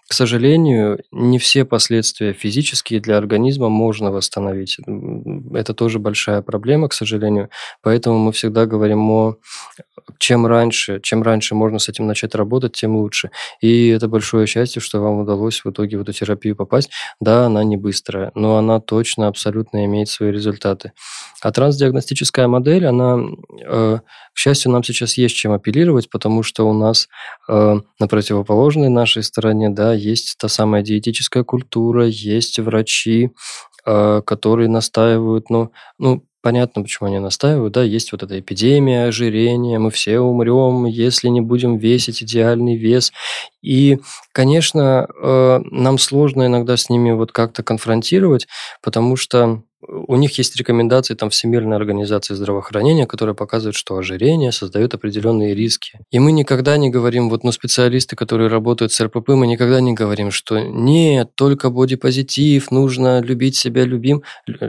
[SPEAKER 3] к сожалению, не все последствия физические для организма можно восстановить. Это тоже большая проблема, к сожалению. Поэтому мы всегда говорим чем раньше можно с этим начать работать, тем лучше. И это большое счастье, что вам удалось в итоге в эту терапию попасть. Да, она не быстрая, но она точно, абсолютно имеет свои результаты. А трансдиагностическая модель, она, к счастью, нам сейчас есть чем апеллировать, потому что у нас на противоположной нашей стороне, да, есть та самая диетическая культура, есть врачи, которые настаивают, понятно, почему они настаивают, да, есть вот эта эпидемия ожирения, мы все умрем, если не будем весить идеальный вес. И, конечно, нам сложно иногда с ними вот как-то конфронтировать, потому что у них есть рекомендации там Всемирной организации здравоохранения, которые показывают, что ожирение создает определенные риски. И мы никогда не говорим, специалисты, которые работают с РПП, мы никогда не говорим, что нет, только бодипозитив, нужно любить себя любым.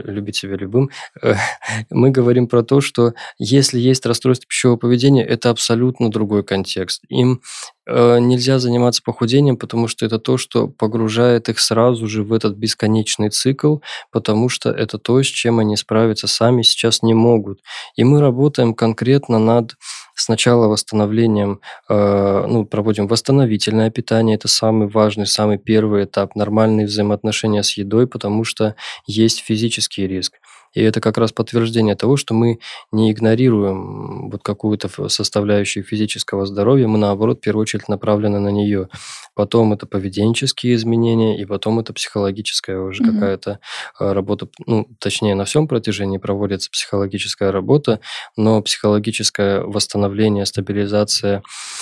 [SPEAKER 3] Мы говорим про то, что если есть расстройство пищевого поведения, это абсолютно другой контекст. Им нельзя заниматься похудением, потому что это то, что погружает их сразу же в этот бесконечный цикл, потому что это то, с чем они справиться сами сейчас не могут. И мы работаем конкретно над сначала восстановлением, проводим восстановительное питание, это самый важный, самый первый этап, нормальные взаимоотношения с едой, потому что есть физический риск. И это как раз подтверждение того, что мы не игнорируем какую-то составляющую физического здоровья, мы, наоборот, в первую очередь направлены на нее. Потом это поведенческие изменения, и потом это психологическая уже какая-то работа, точнее, на всем протяжении проводится психологическая работа, но психологическое восстановление, стабилизация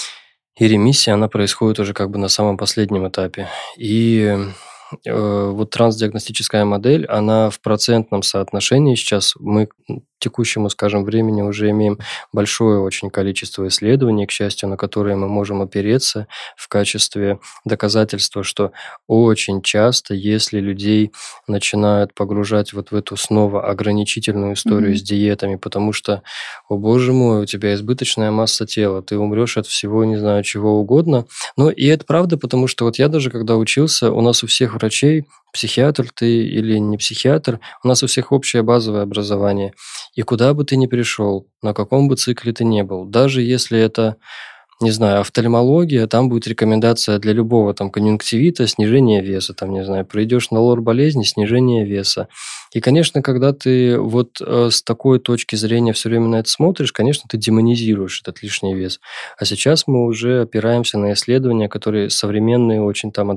[SPEAKER 3] и ремиссия, она происходит уже на самом последнем этапе. И трансдиагностическая модель, она в процентном соотношении сейчас, мы к текущему, времени уже имеем большое очень количество исследований, к счастью, на которые мы можем опереться в качестве доказательства, что очень часто, если людей начинают погружать в эту снова ограничительную историю с диетами, потому что, о боже мой, у тебя избыточная масса тела, ты умрешь от всего, не знаю, чего угодно. И это правда, потому что я даже когда учился, у нас у всех врачей, психиатр ты или не психиатр, у нас у всех общее базовое образование. И куда бы ты ни пришел, на каком бы цикле ты ни был, даже если это, не знаю, офтальмология, там будет рекомендация для любого конъюнктивита, снижение веса, пройдешь на лор-болезни, снижение веса. И, конечно, когда ты с такой точки зрения все время на это смотришь, конечно, ты демонизируешь этот лишний вес. А сейчас мы уже опираемся на исследования, которые современные очень от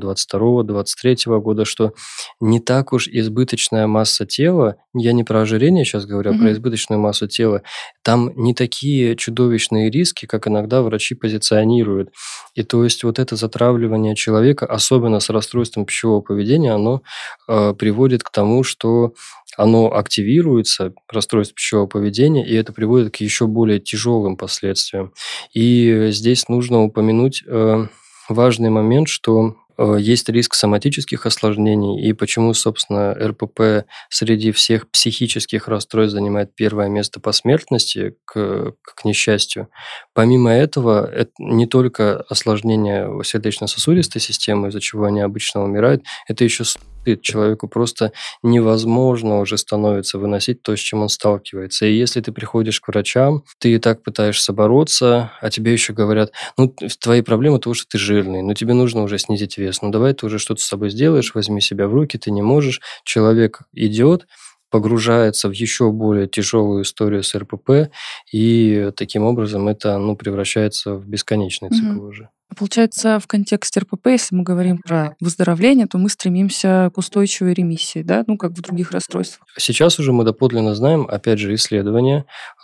[SPEAKER 3] 22-23 года, что не так уж избыточная масса тела, я не про ожирение сейчас говорю, а про избыточную массу тела, там не такие чудовищные риски, как иногда врачи позиционируют. И то есть это затравливание человека, особенно с расстройством пищевого поведения, оно приводит к тому, что оно активируется, расстройство пищевого поведения, и это приводит к еще более тяжелым последствиям. И здесь нужно упомянуть важный момент, что есть риск соматических осложнений, и почему, собственно, РПП среди всех психических расстройств занимает первое место по смертности, к несчастью. Помимо этого, это не только осложнение сердечно-сосудистой системы, из-за чего они обычно умирают, это еще человеку просто невозможно уже становится выносить то, с чем он сталкивается. И если ты приходишь к врачам, ты и так пытаешься бороться, а тебе еще говорят, твои проблемы то, что ты жирный, тебе нужно уже снизить вес, давай ты уже что-то с собой сделаешь, возьми себя в руки, ты не можешь. Человек идет, погружается в еще более тяжелую историю с РПП, и таким образом это превращается в бесконечный цикл уже.
[SPEAKER 1] Получается, в контексте РПП, если мы говорим про выздоровление, то мы стремимся к устойчивой ремиссии, да, как в других расстройствах.
[SPEAKER 3] Сейчас уже мы доподлинно знаем, опять же, исследования.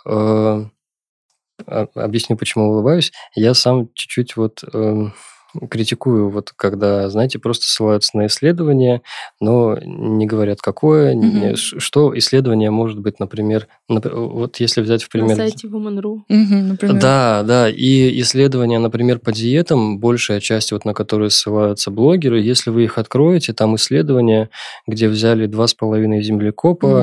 [SPEAKER 3] Объясню, почему улыбаюсь. Я сам чуть-чуть критикую, когда, просто ссылаются на исследование, но не говорят, какое, что исследование может быть, например, если взять в пример...
[SPEAKER 2] На сайте Woman.ru.
[SPEAKER 1] Например.
[SPEAKER 3] Да, и исследования, например, по диетам, большая часть, на которые ссылаются блогеры, если вы их откроете, там исследования, где взяли 2,5 землекопа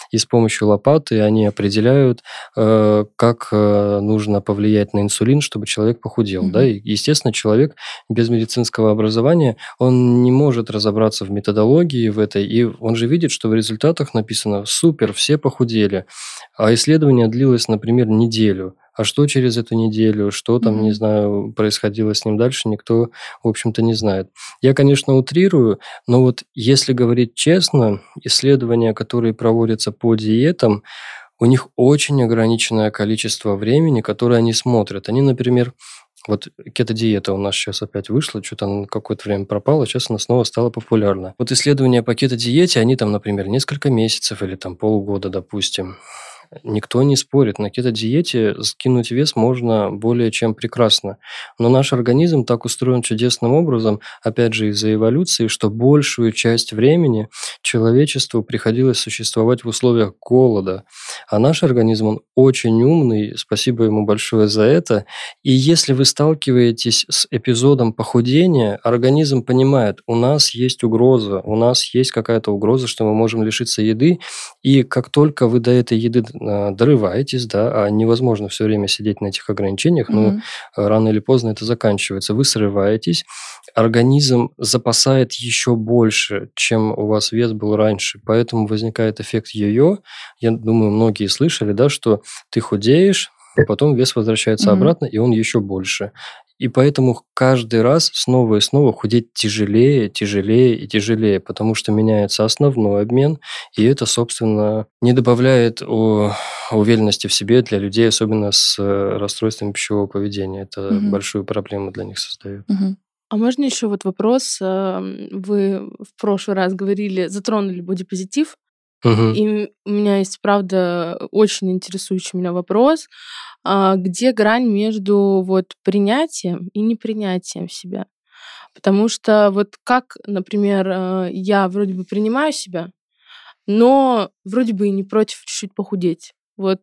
[SPEAKER 3] и с помощью лопаты они определяют, как нужно повлиять на инсулин, чтобы человек похудел. Да? И, естественно, человек без медицинского образования, он не может разобраться в методологии в этой, и он же видит, что в результатах написано «супер, все похудели», а исследование длилось, например, неделю. А что через эту неделю, что там, не знаю, происходило с ним дальше, никто, в общем-то, не знает. Я, конечно, утрирую, но вот если говорить честно, исследования, которые проводятся по диетам, у них очень ограниченное количество времени, которое они смотрят. Они, например, вот кето-диета у нас сейчас опять вышла, что-то она на какое-то время пропала, сейчас она снова стала популярна. Вот исследования по кето-диете, они там, например, несколько месяцев или там полгода, допустим. Никто не спорит, на кето-диете скинуть вес можно более чем прекрасно. Но наш организм так устроен чудесным образом, опять же из-за эволюции, что большую часть времени человечеству приходилось существовать в условиях голода. А наш организм, он очень умный, спасибо ему большое за это. И если вы сталкиваетесь с эпизодом похудения, организм понимает, у нас есть угроза, у нас есть какая-то угроза, что мы можем лишиться еды, и как только вы до этой еды дорываетесь, да, а невозможно все время сидеть на этих ограничениях, но рано или поздно это заканчивается. Вы срываетесь, организм запасает еще больше, чем у вас вес был раньше, поэтому возникает эффект йо-йо. Я думаю, многие слышали, да, что ты худеешь, потом вес возвращается обратно, и он еще больше. И поэтому каждый раз снова и снова худеть тяжелее, тяжелее и тяжелее, потому что меняется основной обмен, и это, собственно, не добавляет уверенности в себе для людей, особенно с расстройством пищевого поведения. Это большую проблему для них создает.
[SPEAKER 2] А можно еще вот вопрос? Вы в прошлый раз говорили, затронули бодипозитив, и у меня есть, правда, очень интересующий меня вопрос. Где грань между вот принятием и непринятием себя? Потому что вот как, например, я вроде бы принимаю себя, но вроде бы и не против чуть-чуть похудеть. Вот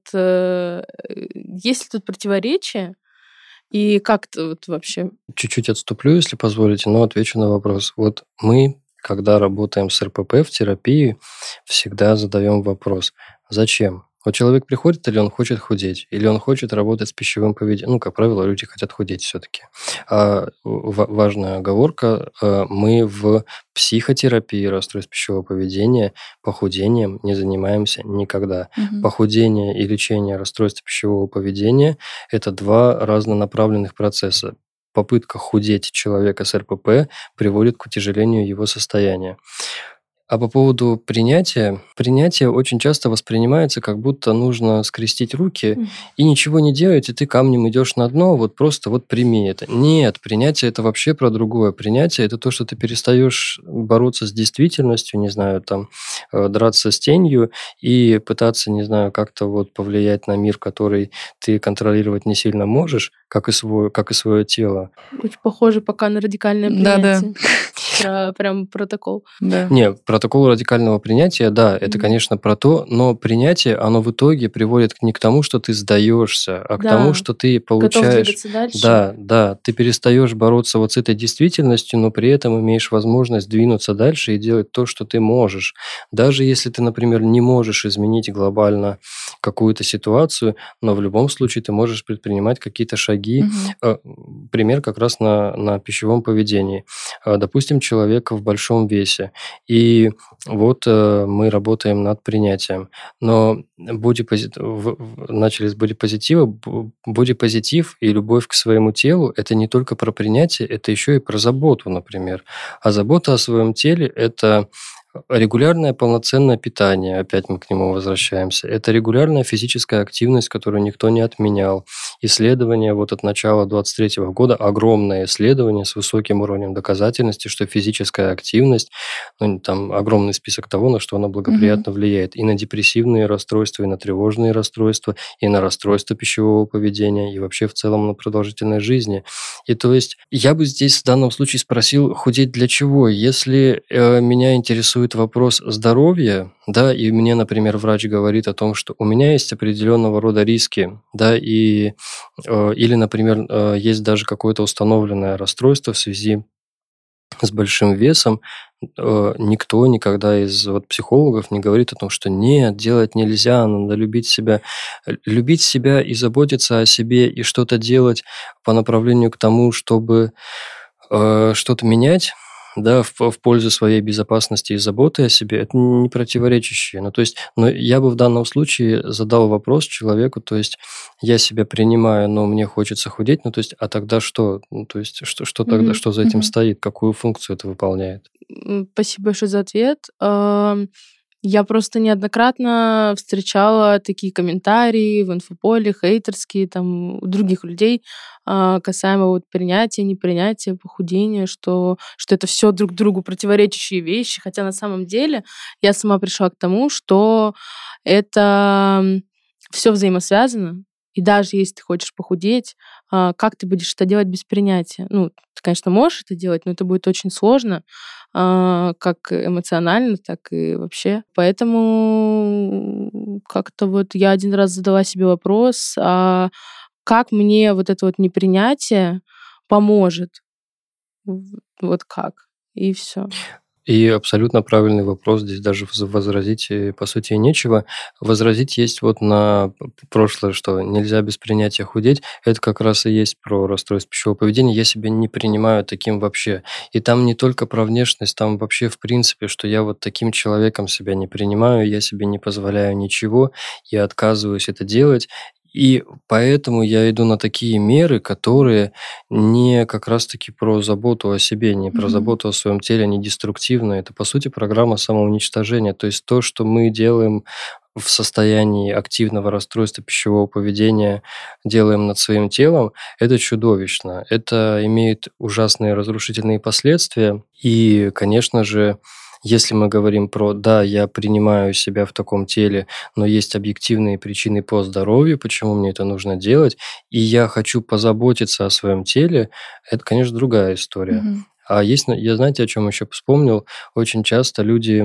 [SPEAKER 2] есть ли тут противоречие? И как-то вот вообще?
[SPEAKER 3] Чуть-чуть отступлю, если позволите, но отвечу на вопрос. Вот мы, когда работаем с РПП в терапии, всегда задаем вопрос: зачем? Вот человек приходит, или он хочет худеть, или он хочет работать с пищевым поведением. Ну, как правило, люди хотят худеть все-таки. Важная оговорка: мы в психотерапии расстройств пищевого поведения похудением не занимаемся никогда. Похудение и лечение расстройств пищевого поведения – это два разнонаправленных процесса. Попытка худеть человека с РПП приводит к утяжелению его состояния. А по поводу принятие очень часто воспринимается, как будто нужно скрестить руки и ничего не делать, и ты камнем идешь на дно, вот просто вот прими это. Нет, принятие – это вообще про другое. Принятие – это то, что ты перестаешь бороться с действительностью, не знаю, там, драться с тенью и пытаться, не знаю, как-то вот повлиять на мир, который ты контролировать не сильно можешь, как и свое тело.
[SPEAKER 2] Очень похоже пока на радикальное принятие. Прям протокол.
[SPEAKER 3] Не, протокол радикального принятия, да, это, конечно, про то, но принятие, оно в итоге приводит не к тому, что ты сдаешься, а к тому, что ты получаешь... Да, ты перестаешь бороться вот с этой действительностью, но при этом имеешь возможность двинуться дальше и делать то, что ты можешь. Даже если ты, например, не можешь изменить глобально какую-то ситуацию, но в любом случае ты можешь предпринимать какие-то шаги. Пример как раз на пищевом поведении. Допустим, человек в большом весе, и вот мы работаем над принятием. Но начали с бодипозитива. Бодипозитив и любовь к своему телу – это не только про принятие, это еще и про заботу, например. А забота о своем теле – это регулярное полноценное питание, опять мы к нему возвращаемся. Это регулярная физическая активность, которую никто не отменял. Исследование вот от начала 2023 года, огромное исследование с высоким уровнем доказательности, что физическая активность, там огромный список того, на что она благоприятно влияет. И на депрессивные расстройства, и на тревожные расстройства, и на расстройства пищевого поведения, и вообще в целом на продолжительность жизни. И то есть я бы здесь в данном случае спросил, худеть для чего? Если меня интересует вопрос здоровья, да, и мне, например, врач говорит о том, что у меня есть определенного рода риски, да, или, например, есть даже какое-то установленное расстройство в связи с большим весом, никто никогда из вот психологов не говорит о том, что нет, делать нельзя, надо любить себя. Любить себя и заботиться о себе, и что-то делать по направлению к тому, чтобы что-то менять, да, в пользу своей безопасности и заботы о себе, это не противоречащее. Ну, то есть, но я бы в данном случае задал вопрос человеку, то есть, я себя принимаю, но мне хочется худеть, ну, то есть, а тогда что? Ну, то есть, что тогда,
[SPEAKER 2] Мгм.
[SPEAKER 3] что за этим стоит, какую функцию это выполняет?
[SPEAKER 2] Спасибо большое за ответ. Я просто неоднократно встречала такие комментарии в инфополе, хейтерские, там, у других людей, касаемо вот принятия, непринятия, похудения, что это все друг другу противоречащие вещи. Хотя на самом деле я сама пришла к тому, что это все взаимосвязано. И даже если ты хочешь похудеть, как ты будешь это делать без принятия? Ну, ты, конечно, можешь это делать, но это будет очень сложно, как эмоционально, так и вообще. Поэтому как-то вот я один раз задала себе вопрос, как мне вот это вот непринятие поможет? Вот как? И все.
[SPEAKER 3] И абсолютно правильный вопрос. Здесь даже возразить, по сути, и нечего. Возразить есть вот на прошлое, что нельзя без принятия худеть. Это как раз и есть про расстройство пищевого поведения. Я себя не принимаю таким вообще. И там не только про внешность, там вообще в принципе, что я вот таким человеком себя не принимаю, я себе не позволяю ничего, я отказываюсь это делать. И поэтому я иду на такие меры, которые не как раз-таки про заботу о себе, не про
[SPEAKER 1] Мгм.
[SPEAKER 3] заботу о своем теле, не деструктивно. Это, по сути, программа самоуничтожения. То есть то, что мы делаем в состоянии активного расстройства пищевого поведения, делаем над своим телом, это чудовищно. Это имеет ужасные разрушительные последствия. И, конечно же, если мы говорим про «да, я принимаю себя в таком теле, но есть объективные причины по здоровью, почему мне это нужно делать, и я хочу позаботиться о своем теле», это, конечно, другая история.
[SPEAKER 1] Мгм.
[SPEAKER 3] А есть, я знаете, о чем еще вспомнил? Очень часто люди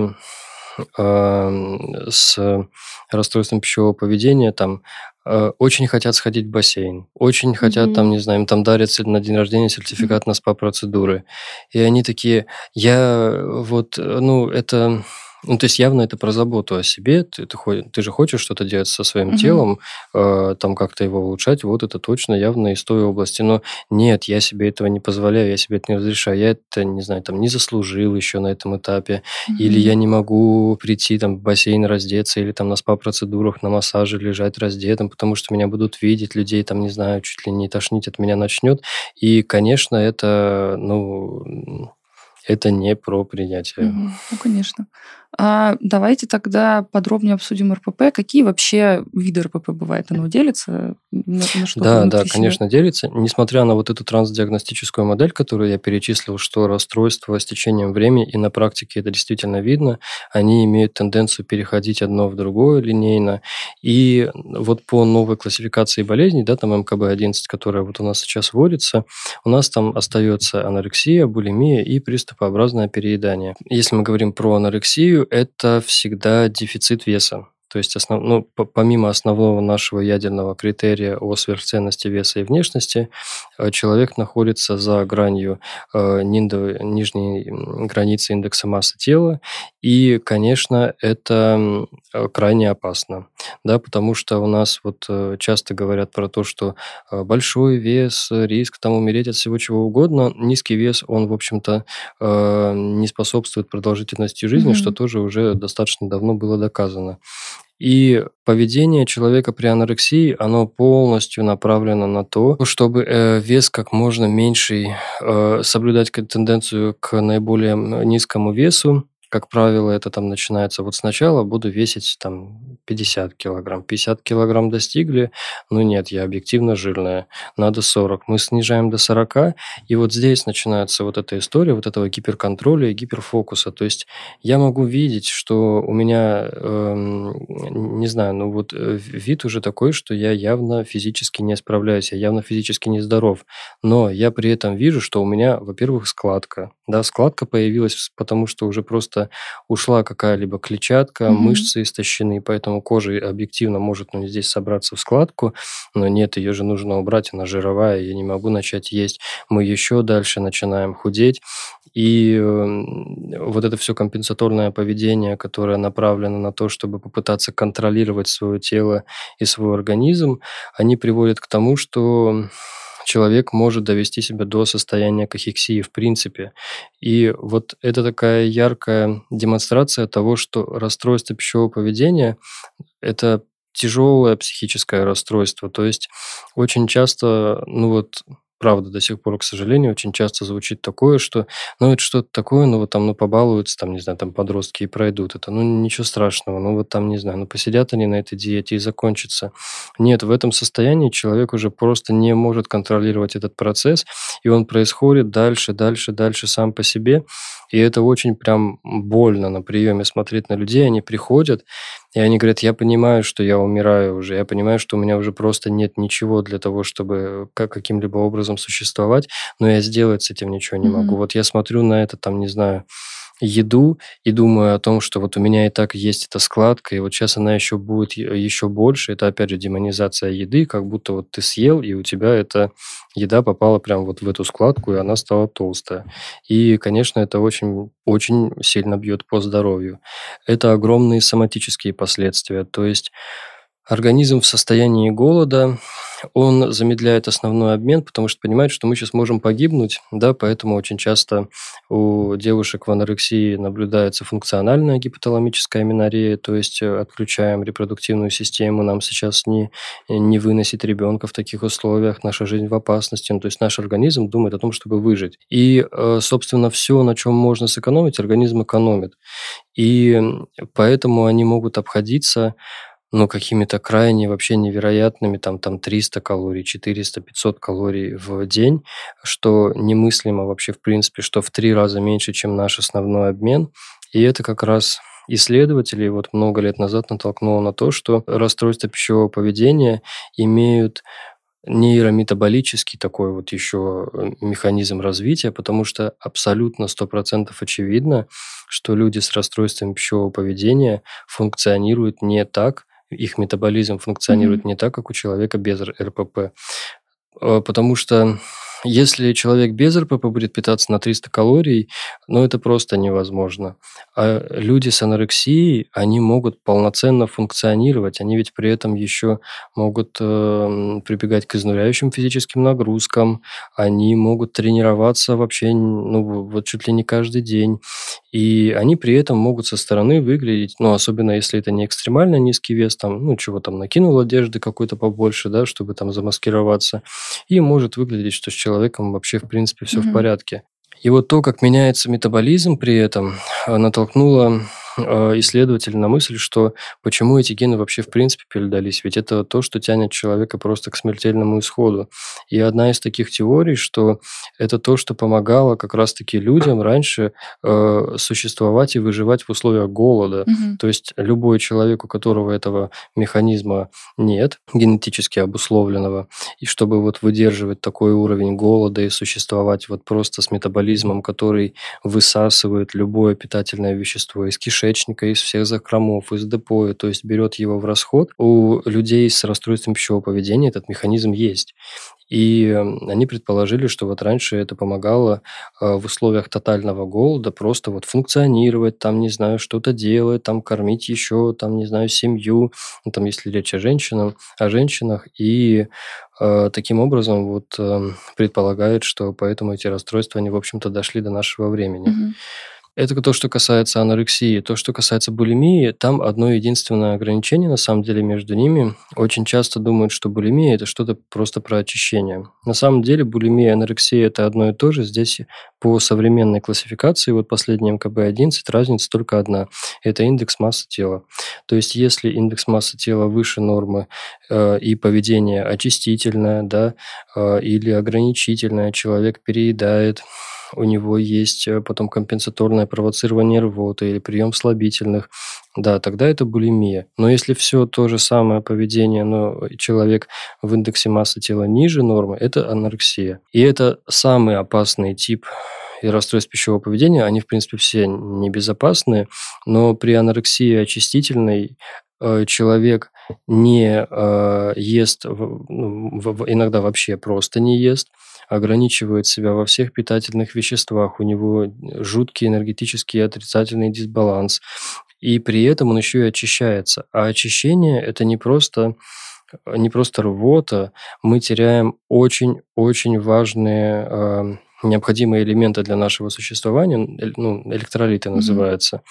[SPEAKER 3] с расстройством пищевого поведения там очень хотят сходить в бассейн, очень хотят там,
[SPEAKER 2] Мгм.
[SPEAKER 3] не знаю, им там дарят на день рождения
[SPEAKER 1] Мгм.
[SPEAKER 3] сертификат на СПА-процедуры. И они такие, вот, ну, это... Ну, то есть явно это про заботу о себе. Ты же хочешь что-то делать со своим
[SPEAKER 1] Мгм.
[SPEAKER 3] телом, там как-то его улучшать. Вот это точно явно из той области. Но нет, я себе этого не позволяю, я себе это не разрешаю. Я это, не знаю, там не заслужил еще на этом этапе. Или
[SPEAKER 1] Мгм.
[SPEAKER 3] я не могу прийти там в бассейн раздеться, или там на СПА-процедурах, на массаже лежать раздетым, потому что меня будут видеть, людей там, не знаю, чуть ли не тошнить от меня начнет. И, конечно, это, ну, это не про принятие.
[SPEAKER 1] Мгм. Ну, конечно. Давайте тогда подробнее обсудим РПП. Какие вообще виды РПП бывает? Оно делится на что-то
[SPEAKER 3] Да, да,
[SPEAKER 1] внутри себя?
[SPEAKER 3] конечно, делится. Несмотря на вот эту трансдиагностическую модель, которую я перечислил, что расстройства с течением времени, и на практике это действительно видно, они имеют тенденцию переходить одно в другое линейно. И вот по новой классификации болезней, да, там МКБ-11, которая вот у нас сейчас вводится, у нас там остается анорексия, булимия и приступообразное переедание. Если мы говорим про анорексию, это всегда дефицит веса. То есть помимо основного нашего ядерного критерия о сверхценности веса и внешности, человек находится за гранью нижней границы индекса массы тела, и, конечно, это крайне опасно, да, потому что у нас вот часто говорят про то, что большой вес, риск там умереть от всего чего угодно, низкий вес, он, в общем-то, не способствует продолжительности жизни, что
[SPEAKER 1] Мгм.
[SPEAKER 3] тоже уже достаточно давно было доказано. И поведение человека при анорексии, оно полностью направлено на то, чтобы вес как можно меньший, соблюдать тенденцию к наиболее низкому весу. Как правило, это там начинается вот сначала буду весить там 50 килограмм. 50 килограмм достигли, ну нет, я объективно жирная, надо 40. Мы снижаем до 40, и вот здесь начинается вот эта история, вот этого гиперконтроля и гиперфокуса. То есть я могу видеть, что у меня, не знаю, ну вот вид уже такой, что я явно физически не справляюсь, я явно физически нездоров. Но я при этом вижу, что у меня, во-первых, складка. Да, складка появилась, потому что уже просто что ушла какая-либо клетчатка, мышцы истощены, поэтому кожа объективно может здесь собраться в складку, но нет, ее же нужно убрать, она жировая, я не могу начать есть. Мы еще дальше начинаем худеть, и вот это все компенсаторное поведение, которое направлено на то, чтобы попытаться контролировать свое тело и свой организм, они приводят к тому, что человек может довести себя до состояния кахексии в принципе. И вот это такая яркая демонстрация того, что расстройство пищевого поведения– это тяжелое психическое расстройство. То есть очень часто, правда, до сих пор, к сожалению, очень часто звучит такое, что, это что-то такое, побалуются, не знаю, подростки и пройдут это, ничего страшного, не знаю, посидят они на этой диете и закончится. Нет, в этом состоянии человек уже просто не может контролировать этот процесс, и он происходит дальше сам по себе, и это очень прям больно на приеме смотреть на людей, они приходят, и они говорят, я понимаю, что я умираю уже, я понимаю, что у меня уже просто нет ничего для того, чтобы каким-либо образом существовать, но я сделать с этим ничего не могу. Вот я смотрю на это, не знаю, еду и думаю о том, что вот у меня и так есть эта складка, и вот сейчас она еще будет еще больше. Это, опять же, демонизация еды, как будто вот ты съел, и у тебя эта еда попала прям вот в эту складку, и она стала толстая. И, конечно, это очень, очень сильно бьет по здоровью. Это огромные соматические последствия. То есть организм в состоянии голода, он замедляет основной обмен, потому что понимает, что мы сейчас можем погибнуть, да, поэтому очень часто у девушек в анорексии наблюдается функциональная гипоталамическая аменорея, то есть отключаем репродуктивную систему, нам сейчас не выносить ребенка в таких условиях, наша жизнь в опасности, то есть наш организм думает о том, чтобы выжить. И, собственно, все, на чем можно сэкономить, организм экономит. И поэтому они могут обходиться какими-то крайне вообще невероятными, там 300 калорий, 400, 500 калорий в день, что немыслимо вообще в принципе, что в 3 раза меньше, чем наш основной обмен. И это как раз исследователи вот много лет назад натолкнуло на то, что расстройства пищевого поведения имеют нейрометаболический такой вот еще механизм развития, потому что абсолютно 100% очевидно, что люди с расстройством пищевого поведения функционируют не так, их метаболизм функционирует не так, как у человека без РПП. Потому что если человек без РПП будет питаться на 300 калорий, это просто невозможно. А люди с анорексией, они могут полноценно функционировать, они ведь при этом еще могут прибегать к изнуряющим физическим нагрузкам, они могут тренироваться вообще, вот чуть ли не каждый день. И они при этом могут со стороны выглядеть, особенно если это не экстремально низкий вес, накинул одежды какой-то побольше, да, чтобы замаскироваться, и может выглядеть, что с человеком вообще в принципе все в порядке. И вот то, как меняется метаболизм при этом, натолкнуло исследователей на мысль, что почему эти гены вообще в принципе передались, ведь это то, что тянет человека просто к смертельному исходу. И одна из таких теорий, что это то, что помогало как раз-таки людям раньше существовать и выживать в условиях голода. То есть любой человек, у которого этого механизма нет, генетически обусловленного, и чтобы вот выдерживать такой уровень голода и существовать вот просто с метаболизмом, который высасывает любое питательное вещество из кишечника, из всех закромов, из депо, то есть берет его в расход, у людей с расстройством пищевого поведения этот механизм есть. И они предположили, что вот раньше это помогало в условиях тотального голода просто вот функционировать, что-то делать, кормить еще, семью, если речь о женщинах, и таким образом вот предполагает, что поэтому эти расстройства, они, в общем-то, дошли до нашего времени. Это то, что касается анорексии. То, что касается булимии, там одно единственное ограничение, на самом деле, между ними. Очень часто думают, что булимия – это что-то просто про очищение. На самом деле булимия и анорексия – это одно и то же. Здесь по современной классификации, вот последний МКБ-11, разница только одна – это индекс массы тела. То есть, если индекс массы тела выше нормы и поведение очистительное, да, или ограничительное, человек переедает, у него есть потом компенсаторное провоцирование рвоты или прием слабительных, да, тогда это булимия. Но если все то же самое поведение, но человек в индексе массы тела ниже нормы, это анорексия. И это самый опасный тип и расстройств пищевого поведения, они, в принципе, все небезопасны, но при анорексии очистительной человек не ест, иногда вообще просто не ест, ограничивает себя во всех питательных веществах, у него жуткий энергетический отрицательный дисбаланс, и при этом он еще и очищается. А очищение – это не просто рвота, мы теряем очень-очень важные необходимые элементы для нашего существования, электролиты называются.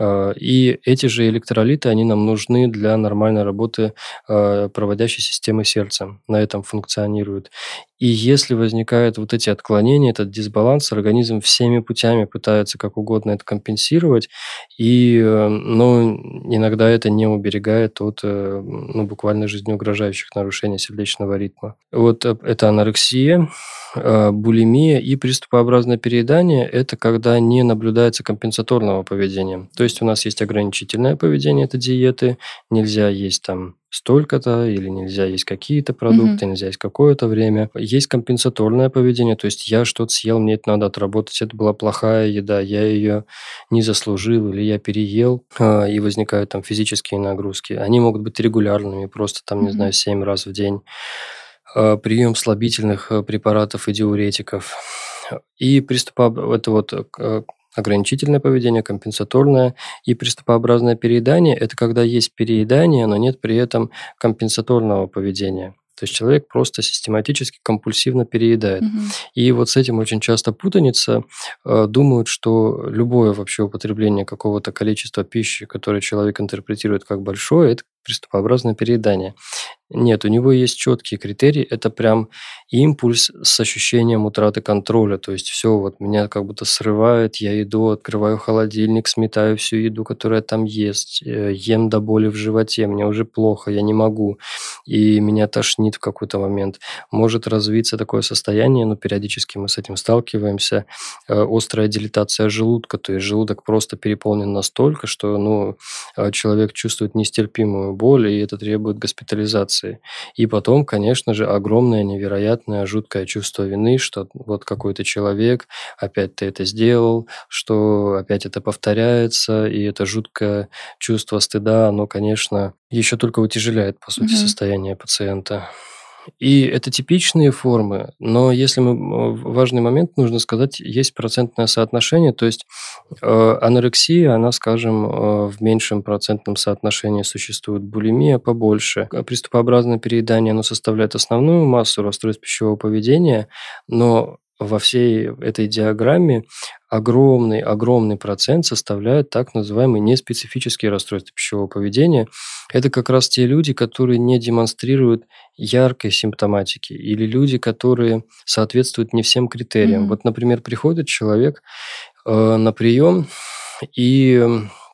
[SPEAKER 3] И эти же электролиты, они нам нужны для нормальной работы проводящей системы сердца. На этом функционируют. И если возникают вот эти отклонения, этот дисбаланс, организм всеми путями пытается как угодно это компенсировать, и иногда это не уберегает от буквально жизнеугрожающих нарушений сердечного ритма. Вот это анорексия, булимия и приступообразное переедание – это когда не наблюдается компенсаторного поведения. То есть у нас есть ограничительное поведение, это диеты, нельзя есть там столько-то, или нельзя есть какие-то продукты, нельзя есть какое-то время. Есть компенсаторное поведение, то есть я что-то съел, мне это надо отработать, это была плохая еда, я ее не заслужил, или я переел, и возникают там физические нагрузки. Они могут быть регулярными, просто там, не знаю, 7 раз в день. Прием слабительных препаратов и диуретиков. И это вот ограничительное поведение, компенсаторное и приступообразное переедание – это когда есть переедание, но нет при этом компенсаторного поведения. То есть человек просто систематически, компульсивно переедает. И вот с этим очень часто путаница. Думают, что любое вообще употребление какого-то количества пищи, которое человек интерпретирует как большое, это приступообразное переедание. Нет, у него есть четкие критерии. Это прям импульс с ощущением утраты контроля. То есть все, вот меня как будто срывает, я иду, открываю холодильник, сметаю всю еду, которая там есть, ем до боли в животе, мне уже плохо, я не могу, и меня тошнит в какой-то момент. Может развиться такое состояние, но периодически мы с этим сталкиваемся. Острая дилатация желудка, то есть желудок просто переполнен настолько, что человек чувствует нестерпимую боль, и это требует госпитализации. И потом, конечно же, огромное, невероятное, жуткое чувство вины, что вот какой-то человек, опять ты это сделал, что опять это повторяется, и это жуткое чувство стыда, оно, конечно, еще только утяжеляет, по сути, состояние пациента. И это типичные формы, но если важный момент нужно сказать, есть процентное соотношение, то есть анорексия, она, скажем, в меньшем процентном соотношении существует, булимия побольше. Приступообразное переедание, оно составляет основную массу расстройств пищевого поведения, но во всей этой диаграмме огромный процент составляют так называемые неспецифические расстройства пищевого поведения. Это как раз те люди, которые не демонстрируют яркой симптоматики, или люди, которые соответствуют не всем критериям. Вот, например, приходит человек на прием, и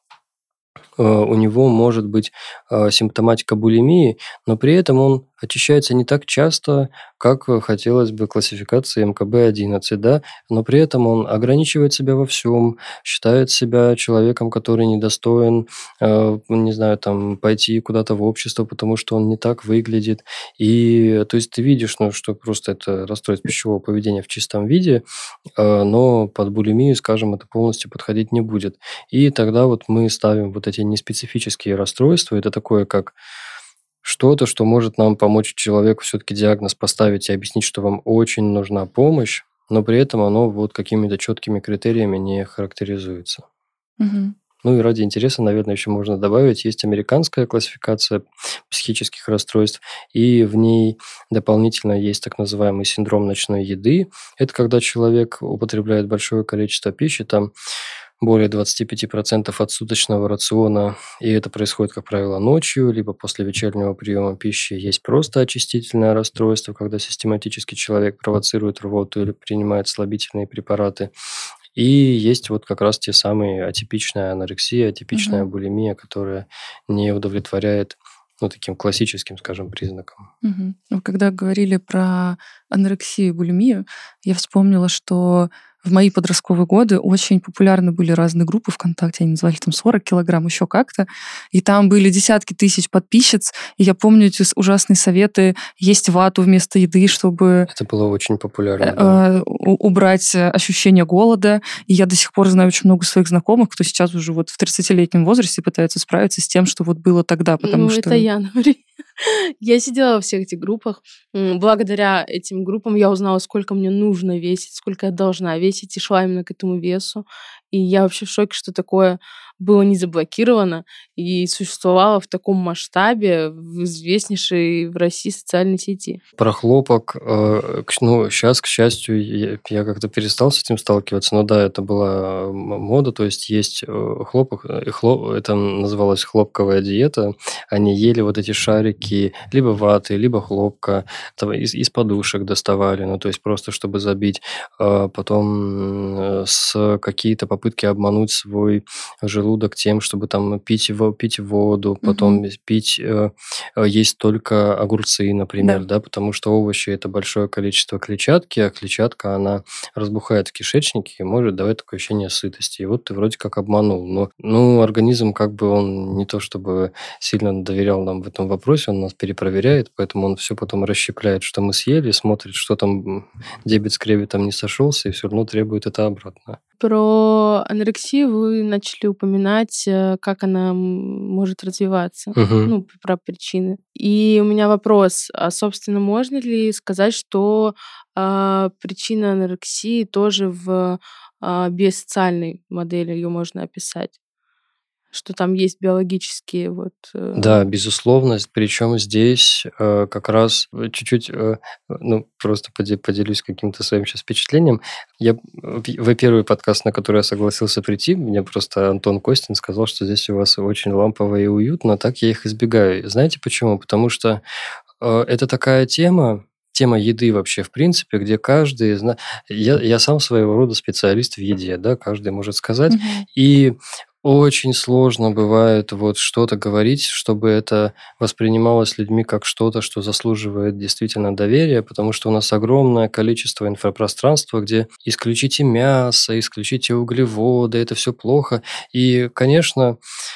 [SPEAKER 3] у него может быть симптоматика булимии, но при этом он очищается не так часто, как хотелось бы классификации МКБ-11, да, но при этом он ограничивает себя во всем, считает себя человеком, который недостоин, не знаю, там, пойти куда-то в общество, потому что он не так выглядит. И, то есть, ты видишь, что просто это расстройство пищевого поведения в чистом виде, но под булимию, скажем, это полностью подходить не будет. И тогда вот мы ставим вот эти неспецифические расстройства, это такое, как что-то, что может нам помочь человеку все-таки диагноз поставить и объяснить, что вам очень нужна помощь, но при этом оно вот какими-то четкими критериями не характеризуется. Ну и ради интереса, наверное, еще можно добавить, есть американская классификация психических расстройств, и в ней дополнительно есть так называемый синдром ночной еды. Это когда человек употребляет большое количество пищи, там более 25% от суточного рациона, и это происходит, как правило, ночью, либо после вечернего приема пищи. Есть просто очистительное расстройство, когда систематически человек провоцирует рвоту или принимает слабительные препараты. И есть вот как раз те самые атипичная анорексия, атипичная булимия, которая не удовлетворяет таким классическим, скажем, признакам.
[SPEAKER 1] Когда говорили про анорексию и булимию, я вспомнила, что в мои подростковые годы очень популярны были разные группы ВКонтакте, они называли там 40 килограмм, еще как-то, и там были десятки тысяч подписчиц, и я помню эти ужасные советы есть вату вместо еды, чтобы
[SPEAKER 3] Это было очень популярно, да.
[SPEAKER 1] убрать ощущение голода, и я до сих пор знаю очень много своих знакомых, кто сейчас уже вот в 30-летнем возрасте пытается справиться с тем, что вот было тогда, потому что...
[SPEAKER 2] это я, например. Я сидела во всех этих группах. Благодаря этим группам я узнала, сколько мне нужно весить, сколько я должна весить, и шла именно к этому весу. И я вообще в шоке, что такое было не заблокировано и существовало в таком масштабе в известнейшей в России социальной сети.
[SPEAKER 3] Про хлопок, сейчас, к счастью, я как-то перестал с этим сталкиваться, но да, это была мода, то есть хлопок, это называлось хлопковая диета, они ели вот эти шарики либо ваты, либо хлопка, из подушек доставали, ну, то есть просто чтобы забить, потом с какие-то попытки обмануть свой желудок тем, чтобы там пить воду, потом есть только огурцы, например, да, потому что овощи – это большое количество клетчатки, а клетчатка, она разбухает в кишечнике и может давать такое ощущение сытости. И вот ты вроде как обманул. Но организм как бы он не то чтобы сильно доверял нам в этом вопросе, он нас перепроверяет, поэтому он все потом расщепляет, что мы съели, смотрит, что там дебет с креветом не сошелся, и все равно требует это обратно.
[SPEAKER 2] Про анорексию вы начали упоминать, как она может развиваться,
[SPEAKER 3] Угу.
[SPEAKER 2] Про причины. И у меня вопрос, а, собственно, можно ли сказать, что причина анорексии тоже в биосоциальной модели ее можно описать? Что там есть биологические
[SPEAKER 3] Да, безусловно. Причем здесь как раз чуть-чуть, просто поделюсь каким-то своим сейчас впечатлением. В первый подкаст, на который я согласился прийти, мне просто Антон Костин сказал, что здесь у вас очень лампово и уютно, так я их избегаю. Знаете почему? Потому что это такая тема еды вообще, в принципе, где каждый... Я сам своего рода специалист в еде, да, каждый может сказать.
[SPEAKER 1] Мгм.
[SPEAKER 3] И очень сложно бывает вот что-то говорить, чтобы это воспринималось людьми как что-то, что заслуживает действительно доверия, потому что у нас огромное количество инфопространства, где исключите мясо, исключите углеводы, это все плохо. И, конечно,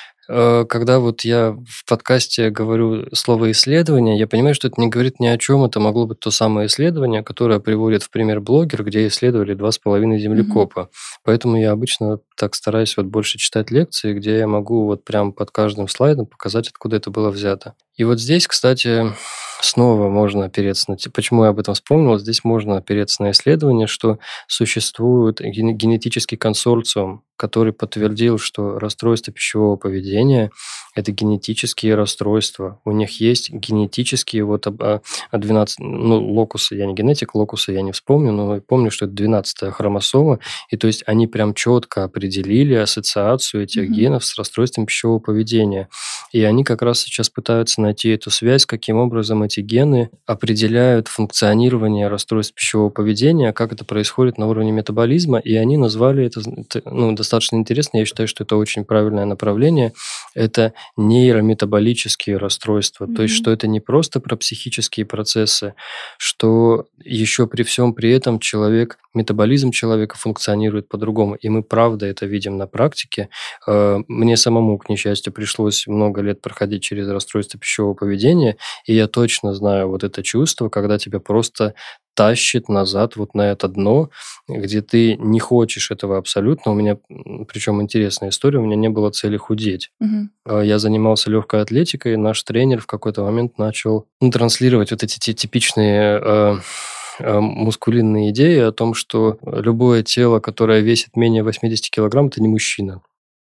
[SPEAKER 3] когда вот я в подкасте говорю слово «исследование», я понимаю, что это не говорит ни о чем. Это могло быть то самое исследование, которое приводит в пример блогер, где исследовали 2,5 землекопа. Поэтому я обычно так стараюсь вот больше читать лекции, где я могу вот прям под каждым слайдом показать, откуда это было взято. И вот здесь, кстати, снова можно опереться на... Почему я об этом вспомнил? Здесь можно опереться на исследование, что существует генетический консорциум, который подтвердил, что расстройство пищевого поведения – это генетические расстройства. У них есть генетические 12... локусы. Я не генетик, локусы я не вспомню, но помню, что это 12-я хромосома. И то есть они прям четко определили ассоциацию этих генов с расстройством пищевого поведения. И они как раз сейчас пытаются найти эту связь, каким образом эти гены определяют функционирование расстройств пищевого поведения, как это происходит на уровне метаболизма. И они назвали это достаточно интересно. Я считаю, что это очень правильное направление. Это нейрометаболические расстройства. То есть, что это не просто про психические процессы, что еще при всем при этом метаболизм человека функционирует по-другому. И мы правда это видим на практике. Мне самому, к несчастью, пришлось много лет проходить через расстройство пищевого поведения, и я точно знаю вот это чувство, когда тебя просто тащит назад вот на это дно, где ты не хочешь этого абсолютно. У меня, причем интересная история, у меня не было цели худеть. Я занимался легкой атлетикой, и наш тренер в какой-то момент начал транслировать вот эти типичные мускулинные идеи о том, что любое тело, которое весит менее 80 килограмм, это не мужчина.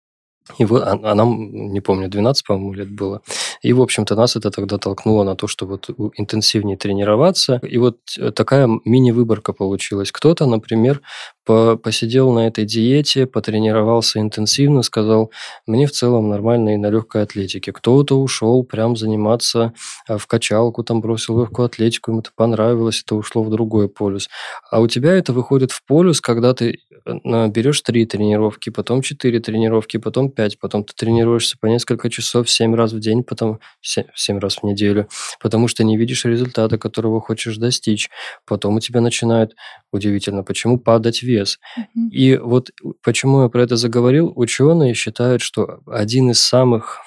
[SPEAKER 3] И вот, а нам, не помню, 12, по-моему, лет было. И, в общем-то, нас это тогда толкнуло на то, что вот интенсивнее тренироваться. И вот такая мини-выборка получилась. Кто-то, например, посидел на этой диете, потренировался интенсивно, сказал, мне в целом нормально и на легкой атлетике. Кто-то ушел прям заниматься в качалку, там бросил легкую атлетику, ему это понравилось, это ушло в другой полюс. А у тебя это выходит в полюс, когда ты берешь 3 тренировки, потом 4 тренировки, потом 5, потом ты тренируешься по несколько часов 7 раз в день, потом 7 раз в неделю, потому что не видишь результата, которого хочешь достичь. Потом у тебя начинает, удивительно, почему падать вес. вес.
[SPEAKER 1] Мгм.
[SPEAKER 3] И вот почему я про это заговорил, ученые считают, что один из самых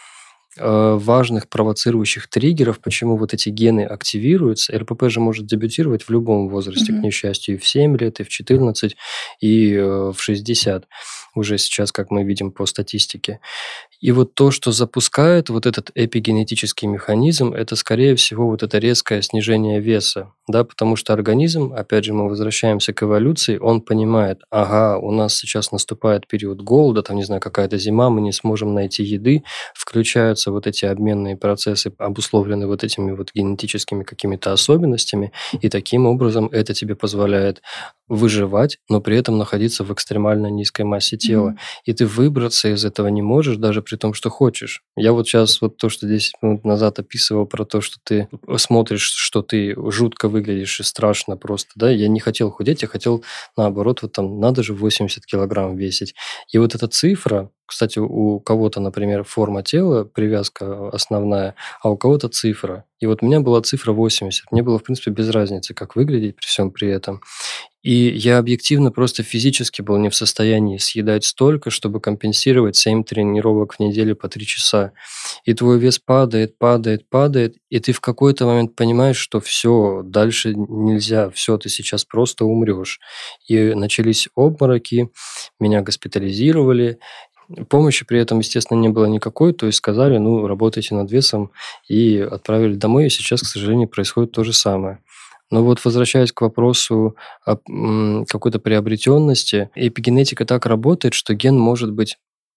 [SPEAKER 3] важных провоцирующих триггеров, почему вот эти гены активируются. РПП же может дебютировать в любом возрасте, к
[SPEAKER 1] Мгм.
[SPEAKER 3] несчастью, и в 7 лет, и в 14, и в 60. Уже сейчас, как мы видим по статистике. И вот то, что запускает вот этот эпигенетический механизм, это, скорее всего, вот это резкое снижение веса, да, потому что организм, опять же, мы возвращаемся к эволюции, он понимает, ага, у нас сейчас наступает период голода, там, не знаю, какая-то зима, мы не сможем найти еды, включаются вот эти обменные процессы, обусловленные вот этими вот генетическими какими-то особенностями, и таким образом это тебе позволяет выживать, но при этом находиться в экстремально низкой массе тела.
[SPEAKER 1] Мгм.
[SPEAKER 3] И ты выбраться из этого не можешь, даже при том, что хочешь. Я вот сейчас вот то, что 10 минут назад описывал про то, что ты смотришь, что ты жутко выглядишь и страшно просто, да, я не хотел худеть, я хотел наоборот, вот там надо же 80 килограмм весить. И вот эта цифра, кстати, у кого-то, например, форма тела, привязка основная, а у кого-то цифра. И вот у меня была цифра 80. Мне было, в принципе, без разницы, как выглядеть при всем при этом. И я объективно просто физически был не в состоянии съедать столько, чтобы компенсировать 7 тренировок в неделю по 3 часа. И твой вес падает, падает, падает, и ты в какой-то момент понимаешь, что все, дальше нельзя, все, ты сейчас просто умрешь. И начались обмороки, меня госпитализировали. Помощи при этом, естественно, не было никакой, то есть сказали, ну, работайте над весом, и отправили домой, и сейчас, к сожалению, происходит то же самое. Но вот возвращаясь к вопросу о какой-то приобретенности, эпигенетика так работает, что ген может быть,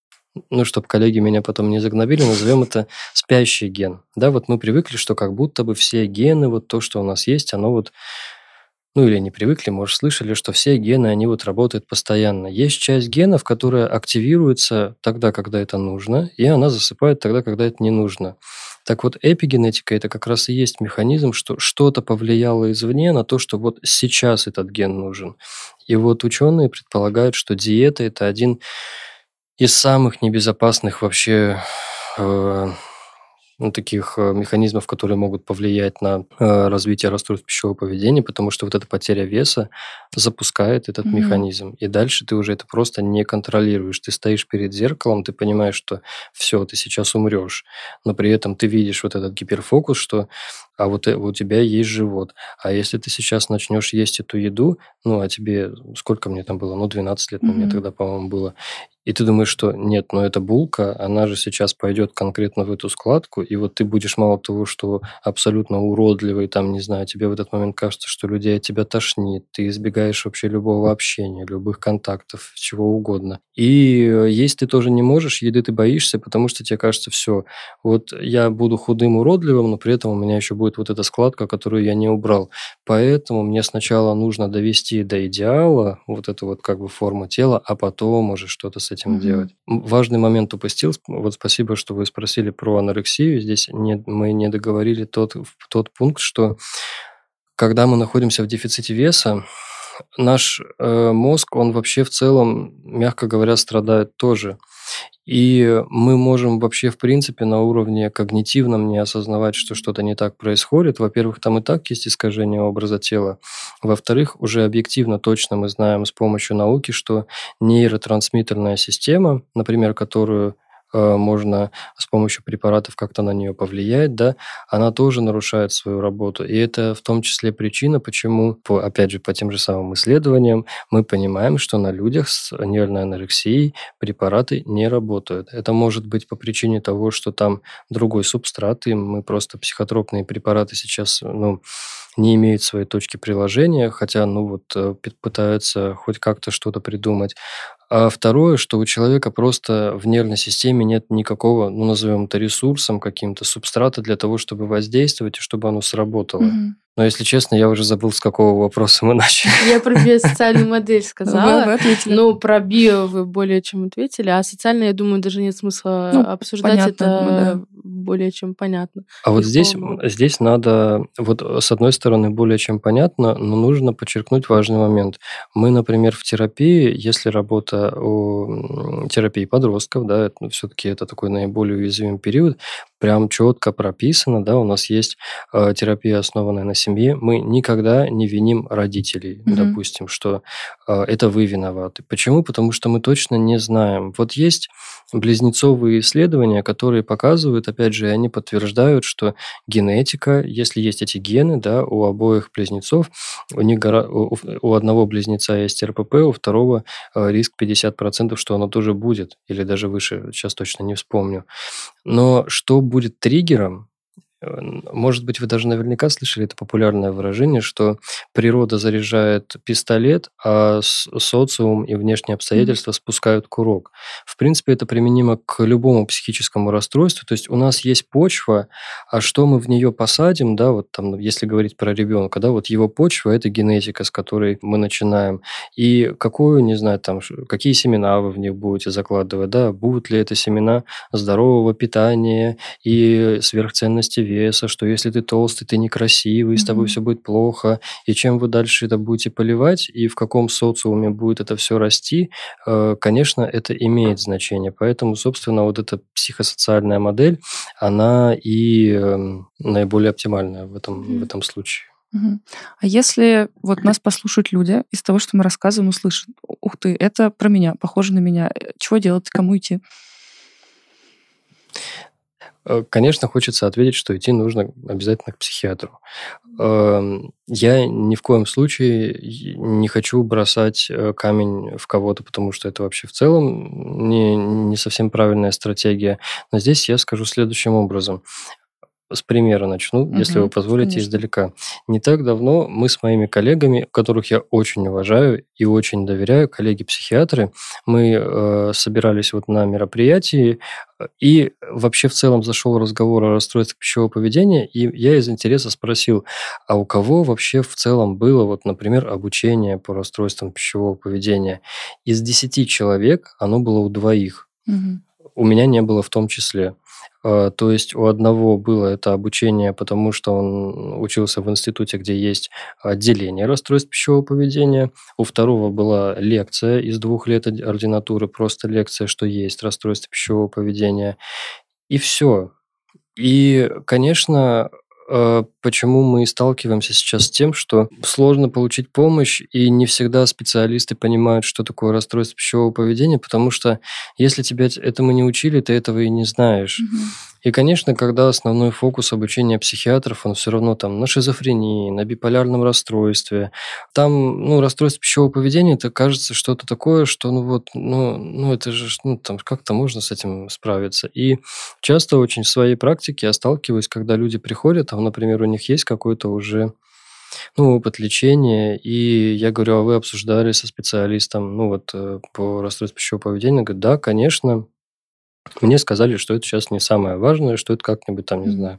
[SPEAKER 3] ну, чтобы коллеги меня потом не загнобили, назовем это спящий ген. Да, вот мы привыкли, что как будто бы все гены, вот то, что у нас есть, оно вот, ну, или не привыкли, может, слышали, что все гены, они вот работают постоянно. Есть часть генов, которая активируется тогда, когда это нужно, и она засыпает тогда, когда это не нужно. Так вот, эпигенетика – это как раз и есть механизм, что что-то повлияло извне на то, что вот сейчас этот ген нужен. И вот ученые предполагают, что диета – это один из самых небезопасных вообще э, ну, таких механизмов, которые могут повлиять на развитие расстройств пищевого поведения, потому что вот эта потеря веса запускает этот
[SPEAKER 1] Мгм.
[SPEAKER 3] механизм. И дальше ты уже это просто не контролируешь. Ты стоишь перед зеркалом, ты понимаешь, что все, ты сейчас умрешь, но при этом ты видишь вот этот гиперфокус, что а вот у тебя есть живот. А если ты сейчас начнешь есть эту еду, ну, а тебе сколько мне там было? Ну, 12 лет мне
[SPEAKER 1] Мгм.
[SPEAKER 3] тогда, по-моему, было. И ты думаешь, что нет, но эта булка, она же сейчас пойдет конкретно в эту складку, и вот ты будешь мало того, что абсолютно уродливый, там, не знаю, тебе в этот момент кажется, что людей от тебя тошнит, ты избегаешь вообще любого общения, любых контактов, чего угодно. И есть ты тоже не можешь, еды ты боишься, потому что тебе кажется, все, вот я буду худым, уродливым, но при этом у меня еще будет вот эта складка, которую я не убрал. Поэтому мне сначала нужно довести до идеала вот эту вот как бы форму тела, а потом уже что-то с этим
[SPEAKER 1] Мгм.
[SPEAKER 3] делать. Важный момент упустил. Вот спасибо, что вы спросили про анорексию. Здесь мы не договорили тот пункт, что когда мы находимся в дефиците веса, наш мозг, он вообще в целом, мягко говоря, страдает тоже. И мы можем вообще, в принципе, на уровне когнитивном не осознавать, что что-то не так происходит. Во-первых, там и так есть искажение образа тела. Во-вторых, уже объективно точно мы знаем с помощью науки, что нейротрансмиттерная система, например, которую можно с помощью препаратов как-то на нее повлиять, да, она тоже нарушает свою работу. И это в том числе причина, почему, опять же, по тем же самым исследованиям, мы понимаем, что на людях с нервной анорексией препараты не работают. Это может быть по причине того, что там другой субстрат, и мы просто психотропные препараты сейчас, ну, не имеют своей точки приложения, хотя, ну, вот пытаются хоть как-то что-то придумать. А второе, что у человека просто в нервной системе нет никакого, ну, назовем это ресурсом каким-то, субстрата для того, чтобы воздействовать и чтобы оно сработало.
[SPEAKER 1] Мгм.
[SPEAKER 3] Но, если честно, я уже забыл, с какого вопроса мы начали.
[SPEAKER 2] Я про биосоциальную модель
[SPEAKER 1] Вы
[SPEAKER 2] сказала.
[SPEAKER 1] ответили.
[SPEAKER 2] Ну, про био вы более чем ответили, а социально, я думаю, даже нет смысла
[SPEAKER 1] Ну,
[SPEAKER 2] обсуждать.
[SPEAKER 1] понятно, я думаю,
[SPEAKER 2] Это
[SPEAKER 1] да.
[SPEAKER 2] более чем понятно.
[SPEAKER 3] А вот
[SPEAKER 2] Легко
[SPEAKER 3] здесь,
[SPEAKER 2] было.
[SPEAKER 3] здесь надо, вот с одной стороны, более чем понятно, но нужно подчеркнуть важный момент. Мы, например, в терапии, если работа о терапии подростков, да, все-таки это такой наиболее уязвимый период, прям четко прописано, да, у нас есть терапия, основанная на семье, мы никогда не виним родителей, допустим, что это вы виноваты. Почему? Потому что мы точно не знаем. Вот есть близнецовые исследования, которые показывают, опять же, и они подтверждают, что генетика, если есть эти гены, да, у обоих близнецов, у одного близнеца есть РПП, у второго риск 50%, что оно тоже будет, или даже выше, сейчас точно не вспомню. Но что будет триггером? Может быть, вы даже наверняка слышали это популярное выражение, что природа заряжает пистолет, а социум и внешние обстоятельства спускают курок. В принципе, это применимо к любому психическому расстройству. То есть у нас есть почва, а что мы в нее посадим, да, вот там, если говорить про ребенка, да, вот его почва – это генетика, с которой мы начинаем. И какую, не знаю, там, какие семена вы в них будете закладывать, да, будут ли это семена здорового питания и сверхценности веса, что если ты толстый, ты некрасивый, с тобой все будет плохо, и чем вы дальше это будете поливать, и в каком социуме будет это все расти, конечно, это имеет значение. Поэтому, собственно, вот эта психосоциальная модель, она и наиболее оптимальная в этом случае.
[SPEAKER 1] А если вот нас послушают люди, из того, что мы рассказываем, услышат, ух ты, это про меня, похоже на меня, чего делать, кому идти?
[SPEAKER 3] Конечно, хочется ответить, что идти нужно обязательно к психиатру. Я ни в коем случае не хочу бросать камень в кого-то, потому что это вообще в целом не совсем правильная стратегия. Но здесь я скажу следующим образом. С примера начну, если вы позволите,
[SPEAKER 1] конечно.
[SPEAKER 3] издалека. Не так давно мы с моими коллегами, которых я очень уважаю и очень доверяю, коллеги-психиатры, мы собирались вот на мероприятии, и вообще в целом зашел разговор о расстройствах пищевого поведения, и я из интереса спросил, а у кого вообще в целом было, вот, например, обучение по расстройствам пищевого поведения? Из 10 человек оно было у 2. У меня не было в том числе. То есть у одного было это обучение, потому что он учился в институте, где есть отделение расстройств пищевого поведения. У второго была лекция из 2 лет ординатуры, просто лекция, что есть расстройство пищевого поведения. И все. И, конечно, почему мы сталкиваемся сейчас с тем, что сложно получить помощь, и не всегда специалисты понимают, что такое расстройство пищевого поведения, потому что если тебя этому не учили, ты этого и не знаешь. И, конечно, когда основной фокус обучения психиатров, он все равно там на шизофрении, на биполярном расстройстве, там, расстройство пищевого поведения, это кажется что-то такое, что, это же, там как-то можно с этим справиться. И часто очень в своей практике я сталкиваюсь, когда люди приходят, там, например, у них есть какой-то уже опыт лечения, и я говорю, а вы обсуждали со специалистом, по расстройству пищевого поведения? Говорят, да, конечно. Мне сказали, что это сейчас не самое важное, что это как-нибудь там, не знаю,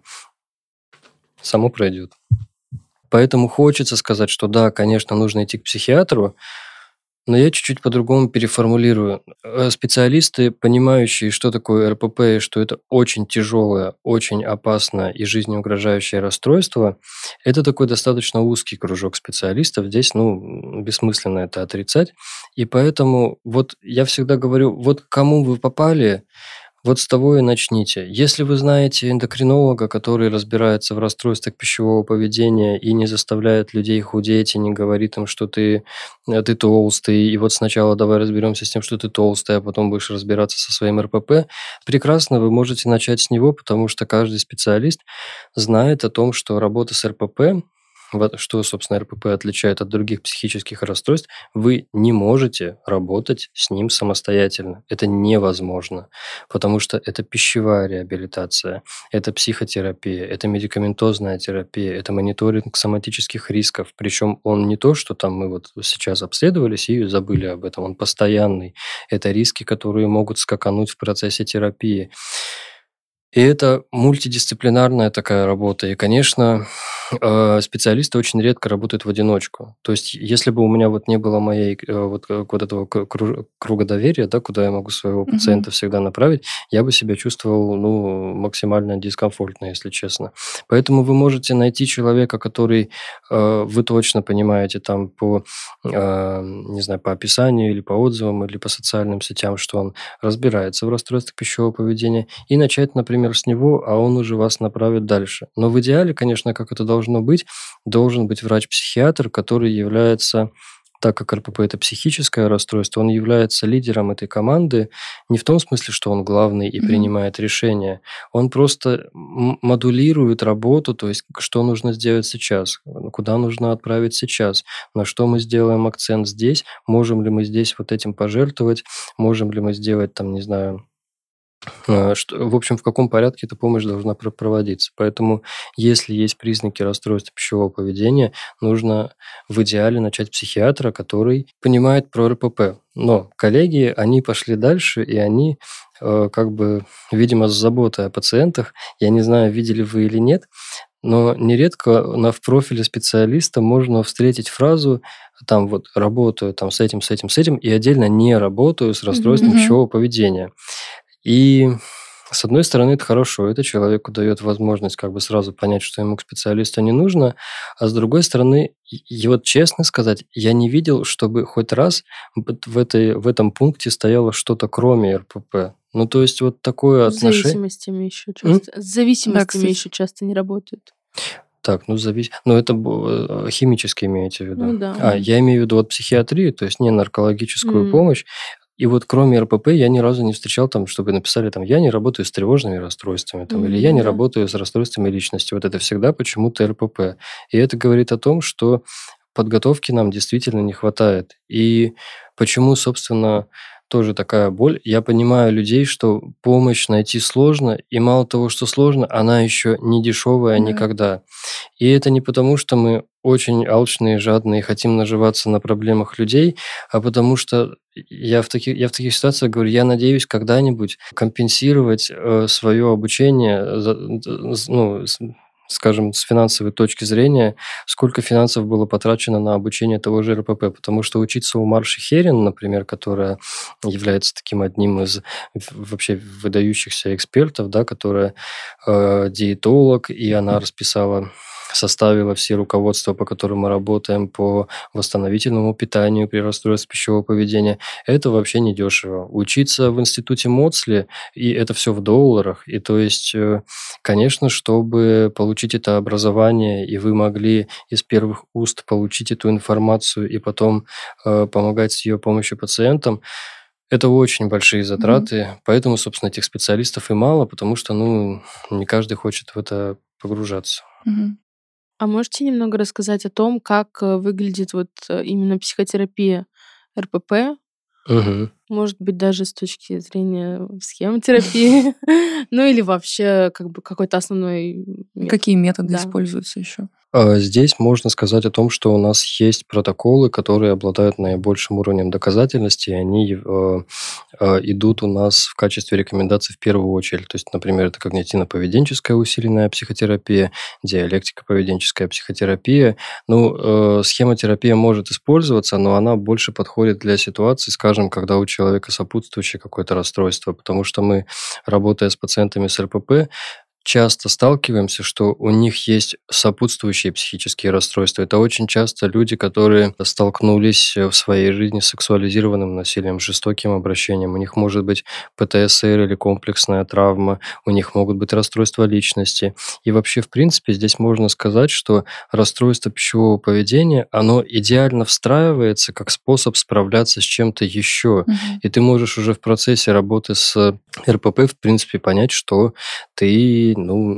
[SPEAKER 3] само пройдет. Поэтому хочется сказать, что да, конечно, нужно идти к психиатру, но я чуть-чуть по-другому переформулирую. Специалисты, понимающие, что такое РПП, и что это очень тяжелое, очень опасное и жизнеугрожающее расстройство, это такой достаточно узкий кружок специалистов. Здесь, бессмысленно это отрицать. И поэтому вот я всегда говорю, вот к кому вы попали, вот с того и начните. Если вы знаете эндокринолога, который разбирается в расстройствах пищевого поведения и не заставляет людей худеть, и не говорит им, что ты толстый, и вот сначала давай разберемся с тем, что ты толстый, а потом будешь разбираться со своим РПП, прекрасно, вы можете начать с него, потому что каждый специалист знает о том, что работа с РПП, что, собственно, РПП отличает от других психических расстройств, вы не можете работать с ним самостоятельно. Это невозможно, потому что это пищевая реабилитация, это психотерапия, это медикаментозная терапия, это мониторинг соматических рисков. Причем он не то, что там мы вот сейчас обследовались и забыли об этом, он постоянный. Это риски, которые могут скакануть в процессе терапии. И это мультидисциплинарная такая работа. И, конечно, специалисты очень редко работают в одиночку. То есть, если бы у меня вот не было моей вот этого круга доверия, да, куда я могу своего пациента всегда направить, я бы себя чувствовал, максимально дискомфортно, если честно. Поэтому вы можете найти человека, который вы точно понимаете там по, не знаю, по описанию или по отзывам, или по социальным сетям, что он разбирается в расстройствах пищевого поведения, и начать, например, с него, а он уже вас направит дальше. Но в идеале, конечно, как это должен быть врач-психиатр, который является, так как РПП – это психическое расстройство, он является лидером этой команды не в том смысле, что он главный и принимает решения, он просто модулирует работу, то есть что нужно сделать сейчас, куда нужно отправить сейчас, на что мы сделаем акцент здесь, можем ли мы здесь вот этим пожертвовать, можем ли мы сделать там, не знаю, в общем, в каком порядке эта помощь должна проводиться. Поэтому, если есть признаки расстройства пищевого поведения, нужно в идеале начать психиатра, который понимает про РПП. Но коллеги, они пошли дальше, и они видимо, с заботой о пациентах, я не знаю, видели вы или нет, но нередко в профиле специалиста можно встретить фразу там вот «работаю там, с этим, и отдельно не работаю с расстройством пищевого поведения». И, с одной стороны, это хорошо, это человеку дает возможность сразу понять, что ему к специалисту не нужно, а с другой стороны, и вот честно сказать, я не видел, чтобы хоть раз в этом пункте стояло что-то кроме РПП. То есть вот такое
[SPEAKER 2] С
[SPEAKER 3] отношение...
[SPEAKER 2] зависимостями еще часто. С зависимостями
[SPEAKER 1] кстати.
[SPEAKER 2] еще часто не работают.
[SPEAKER 3] Так, это химически имеете в виду?
[SPEAKER 2] Да.
[SPEAKER 3] Я имею в виду психиатрию, то есть не наркологическую помощь. И вот кроме РПП я ни разу не встречал, чтобы написали я не работаю с тревожными расстройствами, или я не работаю с расстройствами личности. Вот это всегда почему-то РПП. И это говорит о том, что подготовки нам действительно не хватает. И почему, собственно, тоже такая боль. Я понимаю людей, что помощь найти сложно, и мало того, что сложно, она еще не дешевая никогда. И это не потому, что мы очень алчные, жадные, хотим наживаться на проблемах людей, а потому что я в таких ситуациях говорю, я надеюсь когда-нибудь компенсировать свое обучение, скажем, с финансовой точки зрения, сколько финансов было потрачено на обучение того же РПП. Потому что учиться у Марши Херин, например, которая является таким одним из вообще выдающихся экспертов, да, которая диетолог, и она составила все руководства, по которым мы работаем по восстановительному питанию при расстройстве пищевого поведения. Это вообще не дешево. Учиться в институте Моцли, и это все в долларах. И то есть, конечно, чтобы получить это образование, и вы могли из первых уст получить эту информацию и потом помогать с ее помощью пациентам, это очень большие затраты. Поэтому, собственно, этих специалистов и мало, потому что, не каждый хочет в это погружаться.
[SPEAKER 2] А можете немного рассказать о том, как выглядит именно психотерапия РПП? Может быть, даже с точки зрения схемотерапии, или вообще какой-то основной метод.
[SPEAKER 1] Какие методы
[SPEAKER 2] Да.
[SPEAKER 1] используются еще?
[SPEAKER 3] Здесь можно сказать о том, что у нас есть протоколы, которые обладают наибольшим уровнем доказательности, и они идут у нас в качестве рекомендаций в первую очередь. То есть, например, это когнитивно-поведенческая усиленная психотерапия, диалектико-поведенческая психотерапия. Схемотерапия может использоваться, но она больше подходит для ситуации, скажем, когда у человека сопутствующее какое-то расстройство, потому что мы, работая с пациентами с РПП, часто сталкиваемся, что у них есть сопутствующие психические расстройства. Это очень часто люди, которые столкнулись в своей жизни с сексуализированным насилием, жестоким обращением. У них может быть ПТСР или комплексная травма, у них могут быть расстройства личности. И вообще, в принципе, здесь можно сказать, что расстройство пищевого поведения, оно идеально встраивается как способ справляться с чем-то еще. И ты можешь уже в процессе работы с РПП, в принципе, понять, что ты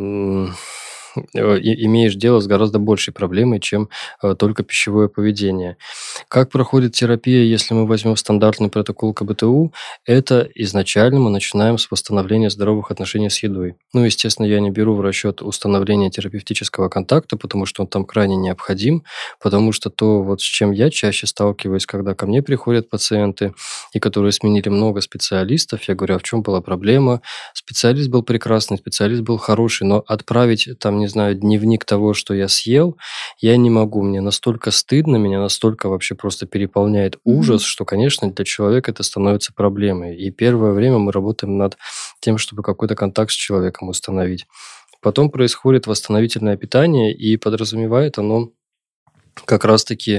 [SPEAKER 3] имеешь дело с гораздо большей проблемой, чем только пищевое поведение. Как проходит терапия, если мы возьмем стандартный протокол КБТУ? Это изначально мы начинаем с восстановления здоровых отношений с едой. Естественно, я не беру в расчет установление терапевтического контакта, потому что он там крайне необходим, потому что то, с чем я чаще сталкиваюсь, когда ко мне приходят пациенты, и которые сменили много специалистов, я говорю, а в чем была проблема? Специалист был прекрасный, специалист был хороший, но отправить, не знаю, дневник того, что я съел, я не могу. Мне настолько стыдно, меня настолько вообще просто переполняет ужас, что, конечно, для человека это становится проблемой. И первое время мы работаем над тем, чтобы какой-то контакт с человеком установить. Потом происходит восстановительное питание, и подразумевает оно как раз-таки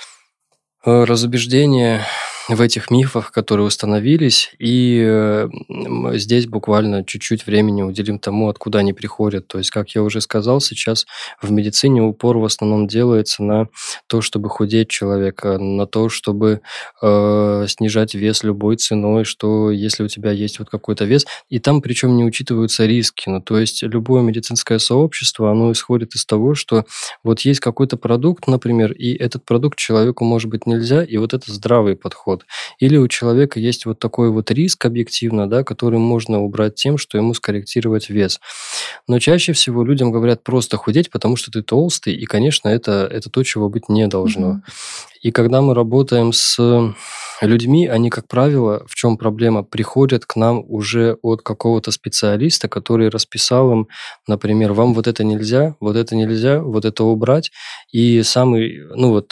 [SPEAKER 3] разубеждение в этих мифах, которые установились, и здесь буквально чуть-чуть времени уделим тому, откуда они приходят. То есть, как я уже сказал, сейчас в медицине упор в основном делается на то, чтобы худеть человека, на то, чтобы снижать вес любой ценой, что если у тебя есть вот какой-то вес, и там причем не учитываются риски. Ну, то есть, любое медицинское сообщество, оно исходит из того, что вот есть какой-то продукт, например, и этот продукт человеку, может быть, нельзя, и вот это здравый подход. Или у человека есть вот такой вот риск объективно, да, который можно убрать тем, что ему скорректировать вес. Но чаще всего людям говорят просто худеть, потому что ты толстый, и, конечно, это то, чего быть не должно. И когда мы работаем с людьми, они, как правило, в чем проблема, приходят к нам уже от какого-то специалиста, который расписал им, например, вам вот это нельзя, вот это убрать. И самый,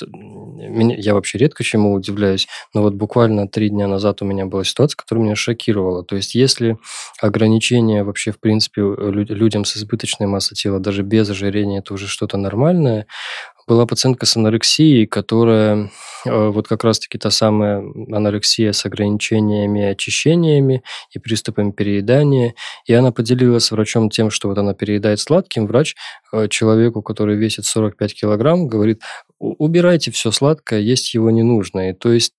[SPEAKER 3] я вообще редко чему удивляюсь, но вот буквально 3 дня назад у меня была ситуация, которая меня шокировала. То есть если ограничения вообще, в принципе, людям с избыточной массой тела, даже без ожирения, это уже что-то нормальное, была пациентка с анорексией, которая вот как раз-таки та самая анорексия с ограничениями, очищениями и приступами переедания. И она поделилась с врачом тем, что вот она переедает сладким. Врач человеку, который весит 45 килограмм, говорит: убирайте все сладкое, есть его не нужно. И то есть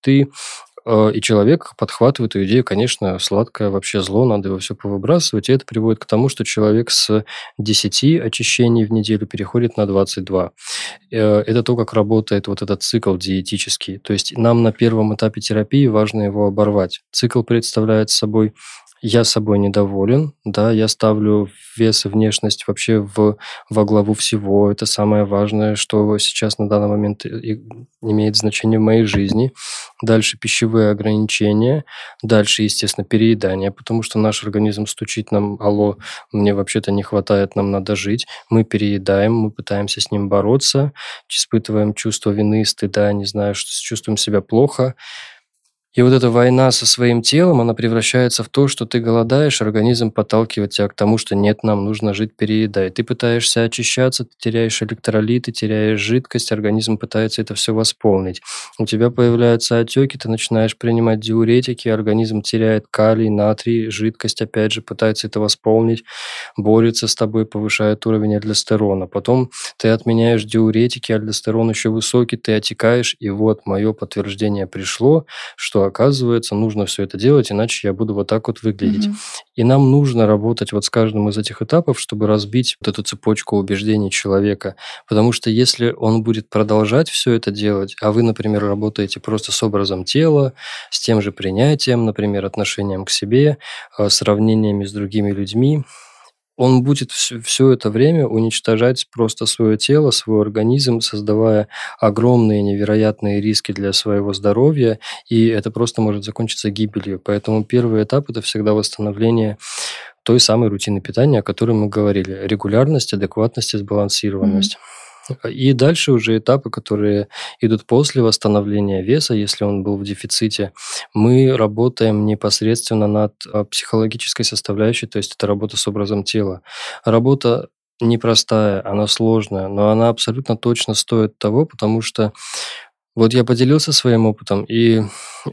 [SPEAKER 3] и человек подхватывает эту идею, конечно, сладкое вообще зло, надо его все повыбрасывать, и это приводит к тому, что человек с 10 очищений в неделю переходит на 22. Это то, как работает вот этот цикл диетический. То есть нам на первом этапе терапии важно его оборвать. Цикл представляет собой: я собой недоволен, да, я ставлю вес и внешность вообще во главу всего. Это самое важное, что сейчас на данный момент имеет значение в моей жизни. Дальше пищевые ограничения, дальше, естественно, переедание, потому что наш организм стучит нам: алло, мне вообще-то не хватает, нам надо жить. Мы переедаем, мы пытаемся с ним бороться, испытываем чувство вины, стыда, не знаю, чувствуем себя плохо. И вот эта война со своим телом, она превращается в то, что ты голодаешь, организм подталкивает тебя к тому, что нет, нам нужно жить, переедай. Ты пытаешься очищаться, ты теряешь электролиты, теряешь жидкость, организм пытается это все восполнить. У тебя появляются отеки, ты начинаешь принимать диуретики, организм теряет калий, натрий, жидкость, опять же, пытается это восполнить, борется с тобой, повышает уровень альдостерона. Потом ты отменяешь диуретики, альдостерон еще высокий, ты отекаешь, и вот мое подтверждение пришло, что, оказывается, нужно все это делать, иначе я буду вот так вот выглядеть. И нам нужно работать вот с каждым из этих этапов, чтобы разбить вот эту цепочку убеждений человека. Потому что если он будет продолжать все это делать, а вы, например, работаете просто с образом тела, с тем же принятием, например, отношением к себе, сравнениями с другими людьми, он будет все это время уничтожать просто свое тело, свой организм, создавая огромные невероятные риски для своего здоровья, и это просто может закончиться гибелью. Поэтому первый этап – это всегда восстановление той самой рутины питания, о которой мы говорили. Регулярность, адекватность и сбалансированность. И дальше уже этапы, которые идут после восстановления веса, если он был в дефиците, мы работаем непосредственно над психологической составляющей, то есть это работа с образом тела. Работа непростая, она сложная, но она абсолютно точно стоит того, потому что вот я поделился своим опытом, и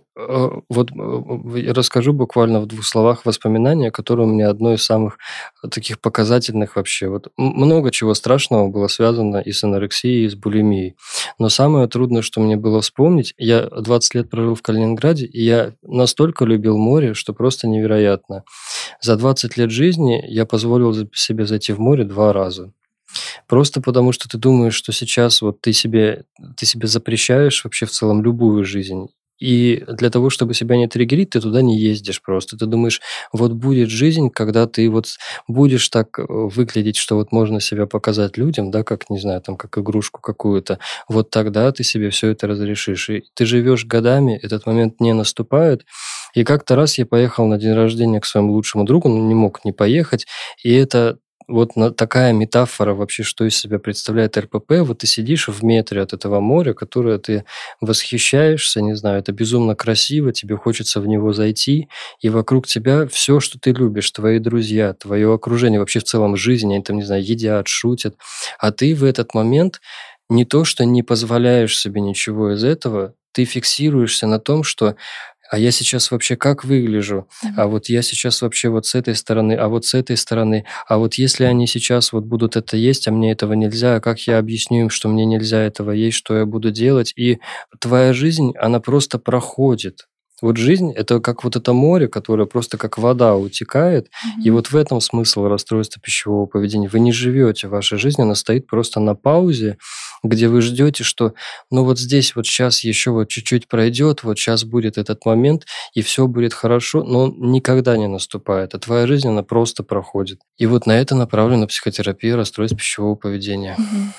[SPEAKER 3] я расскажу буквально в 2 словах воспоминания, которое у меня одно из самых таких показательных вообще. Вот много чего страшного было связано и с анорексией, и с булимией. Но самое трудное, что мне было вспомнить, я 20 лет прожил в Калининграде, и я настолько любил море, что просто невероятно. За 20 лет жизни я позволил себе зайти в море 2 раза. Просто потому, что ты думаешь, что сейчас вот ты себе запрещаешь вообще в целом любую жизнь. И для того, чтобы себя не триггерить, ты туда не ездишь просто. Ты думаешь, вот будет жизнь, когда ты вот будешь так выглядеть, что вот можно себя показать людям, да, как, не знаю, там, как игрушку какую-то. Вот тогда ты себе все это разрешишь. И ты живешь годами, этот момент не наступает. И как-то раз я поехал на день рождения к своему лучшему другу, не мог не поехать. И это вот такая метафора вообще, что из себя представляет РПП. Вот ты сидишь в метре от этого моря, которое ты восхищаешься, не знаю, это безумно красиво, тебе хочется в него зайти, и вокруг тебя все, что ты любишь, твои друзья, твое окружение, вообще в целом жизнь, они там, не знаю, едят, шутят, а ты в этот момент не то, что не позволяешь себе ничего из этого, ты фиксируешься на том, что а я сейчас вообще как выгляжу? А вот я сейчас вообще вот с этой стороны, а вот с этой стороны. А вот если они сейчас вот будут это есть, а мне этого нельзя, как я объясню им, что мне нельзя этого есть, что я буду делать? И твоя жизнь, она просто проходит. Вот жизнь– это как вот это море, которое просто как вода утекает, и вот в этом смысл расстройства пищевого поведения. Вы не живете, ваша жизнь, она стоит просто на паузе, где вы ждете, что ну вот здесь вот сейчас еще вот чуть-чуть пройдет, вот сейчас будет этот момент, и все будет хорошо, но он никогда не наступает, а твоя жизнь, она просто проходит. И вот на это направлена психотерапия расстройств пищевого поведения.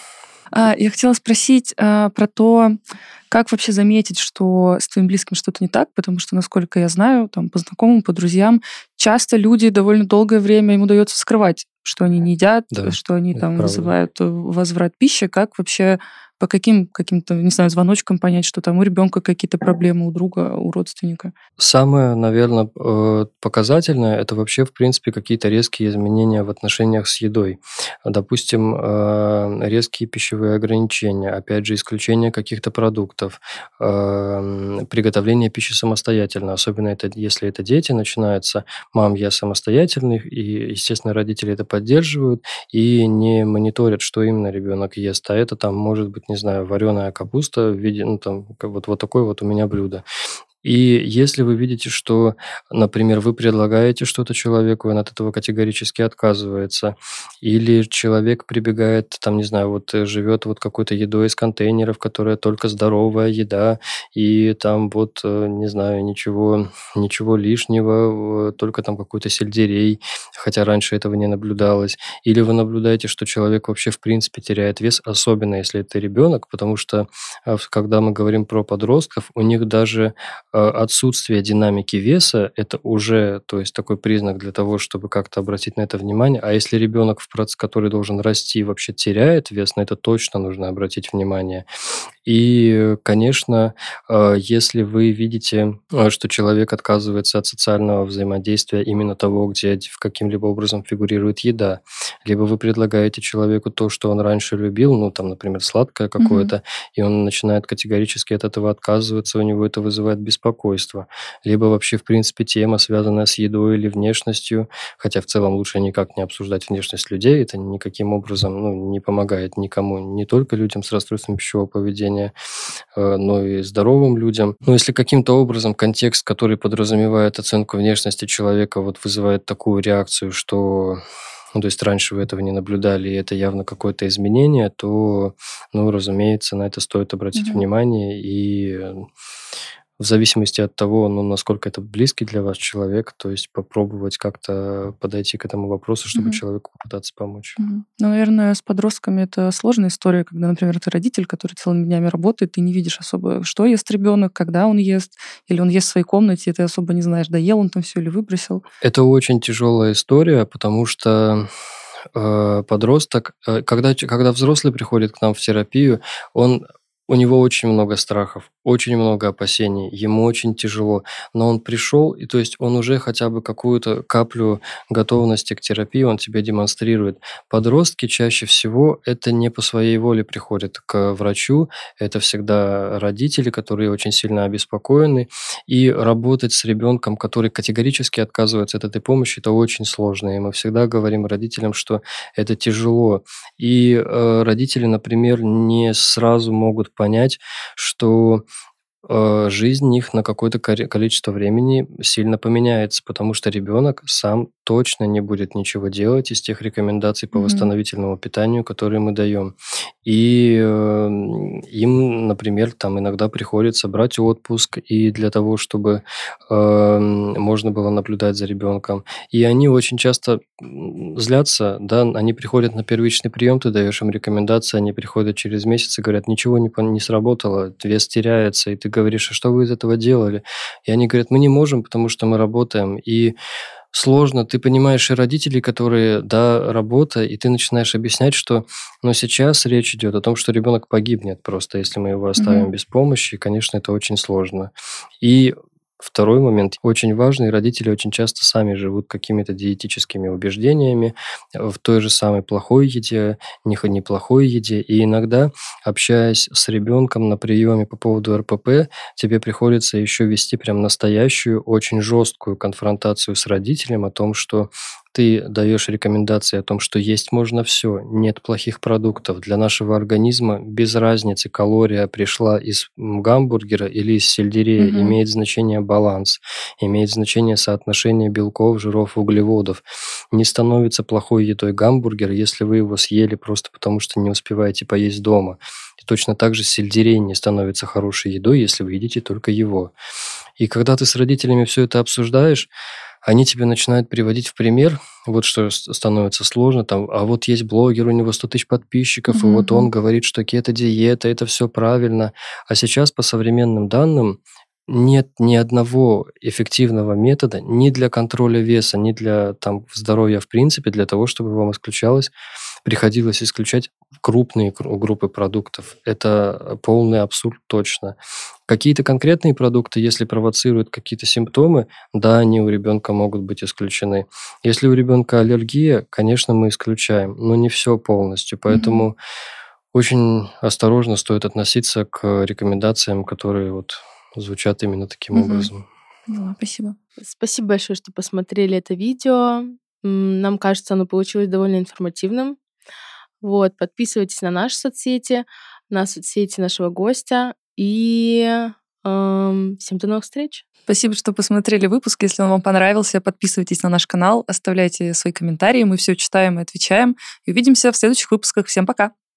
[SPEAKER 1] Я хотела спросить про то, как вообще заметить, что с твоим близким что-то не так, потому что, насколько я знаю, там, по знакомым, по друзьям, часто люди довольно долгое время им удается скрывать, что они не едят,
[SPEAKER 3] Да,
[SPEAKER 1] что они
[SPEAKER 3] это
[SPEAKER 1] там
[SPEAKER 3] правда.
[SPEAKER 1] вызывают возврат пищи. Как вообще, по каким-то, не знаю, звоночкам понять, что там у ребенка какие-то проблемы, у друга, у родственника?
[SPEAKER 3] Самое, наверное, показательное– это вообще, в принципе, какие-то резкие изменения в отношениях с едой. Допустим, резкие пищевые ограничения, опять же, исключение каких-то продуктов, приготовление пищи самостоятельно, особенно это, если это дети, начинается «мам, я самостоятельный», и, естественно, родители это поддерживают и не мониторят, что именно ребенок ест, а это там может быть, не знаю, вареная капуста в виде, ну, там, вот такое вот у меня блюдо. И если вы видите, что, например, вы предлагаете что-то человеку, и он от этого категорически отказывается, или человек прибегает, там, не знаю, вот живет вот какой-то едой из контейнеров, которая только здоровая еда, и там вот, не знаю, ничего лишнего, только там какой-то сельдерей, хотя раньше этого не наблюдалось. Или вы наблюдаете, что человек вообще в принципе теряет вес, особенно если это ребенок, потому что когда мы говорим про подростков, у них даже отсутствие динамики веса– это уже, то есть, такой признак для того, чтобы как-то обратить на это внимание. А если ребенок, который должен расти, вообще теряет вес, на это точно нужно обратить внимание. И, конечно, если вы видите, что человек отказывается от социального взаимодействия именно того, где каким-либо образом фигурирует еда, либо вы предлагаете человеку то, что он раньше любил, ну, там, например, сладкое какое-то, и он начинает категорически от этого отказываться, у него это вызывает беспокойство. Либо вообще, в принципе, тема, связанная с едой или внешностью, хотя в целом лучше никак не обсуждать внешность людей, это никаким образом не помогает никому, не только людям с расстройством пищевого поведения, но и здоровым людям. Но если каким-то образом контекст, который подразумевает оценку внешности человека, вот вызывает такую реакцию, что то есть раньше вы этого не наблюдали, и это явно какое-то изменение, то, разумеется, на это стоит обратить внимание. И в зависимости от того, насколько это близкий для вас человек, то есть попробовать как-то подойти к этому вопросу, чтобы человеку попытаться помочь.
[SPEAKER 1] Ну, наверное, с подростками это сложная история, когда, например, ты родитель, который целыми днями работает, ты не видишь особо, что ест ребенок, когда он ест, или он ест в своей комнате, и ты особо не знаешь, доел он там все или выбросил.
[SPEAKER 3] Это очень тяжелая история, потому что подросток, когда взрослый приходит к нам в терапию, у него очень много страхов, очень много опасений, ему очень тяжело, но он пришел, и то есть он уже хотя бы какую-то каплю готовности к терапии он тебе демонстрирует. Подростки чаще всего это не по своей воле приходят к врачу, это всегда родители, которые очень сильно обеспокоены, и работать с ребенком, который категорически отказывается от этой помощи, это очень сложно, и мы всегда говорим родителям, что это тяжело. И родители, например, не сразу могут понять, что жизнь их на какое-то количество времени сильно поменяется, потому что ребенок сам точно не будет ничего делать из тех рекомендаций по восстановительному питанию, которые мы даем. И им, например, там иногда приходится брать отпуск и для того, чтобы можно было наблюдать за ребенком. И они очень часто злятся, да, они приходят на первичный прием, ты даешь им рекомендации, они приходят через месяц и говорят, ничего не сработало, вес теряется, и ты говоришь, а что вы из этого делали? И они говорят, мы не можем, потому что мы работаем. И сложно. Ты понимаешь и родителей, которые, да, работа, и ты начинаешь объяснять, что, сейчас речь идет о том, что ребенок погибнет просто, если мы его оставим без помощи, и, конечно, это очень сложно. И второй момент, очень важный, родители очень часто сами живут какими-то диетическими убеждениями в той же самой плохой еде, неплохой еде, и иногда, общаясь с ребенком на приеме по поводу РПП, тебе приходится еще вести прям настоящую, очень жесткую конфронтацию с родителем о том, что ты даешь рекомендации о том, что есть можно все, нет плохих продуктов. Для нашего организма без разницы, калория пришла из гамбургера или из сельдерея, имеет значение баланс, имеет значение соотношение белков, жиров, углеводов. Не становится плохой едой гамбургер, если вы его съели просто потому, что не успеваете поесть дома. И точно так же сельдерей не становится хорошей едой, если вы едите только его. И когда ты с родителями все это обсуждаешь, они тебе начинают приводить в пример, вот что становится сложно, там, а вот есть блогер, у него 100 тысяч подписчиков, и вот он говорит, что кето-диета, это все правильно. А сейчас по современным данным нет ни одного эффективного метода ни для контроля веса, ни для здоровья в принципе, для того, чтобы вам приходилось исключать крупные группы продуктов. Это полный абсурд точно. Какие-то конкретные продукты, если провоцируют какие-то симптомы, да, они у ребенка могут быть исключены. Если у ребенка аллергия, конечно, мы исключаем, но не все полностью. Поэтому очень осторожно стоит относиться к рекомендациям, которые звучат именно таким образом.
[SPEAKER 1] Поняла, спасибо.
[SPEAKER 2] Спасибо большое, что посмотрели это видео. Нам кажется, оно получилось довольно информативным. Подписывайтесь на наши соцсети, на соцсети нашего гостя. И всем до новых встреч.
[SPEAKER 1] Спасибо, что посмотрели выпуск. Если он вам понравился, подписывайтесь на наш канал, оставляйте свои комментарии. Мы все читаем и отвечаем. И увидимся в следующих выпусках. Всем пока!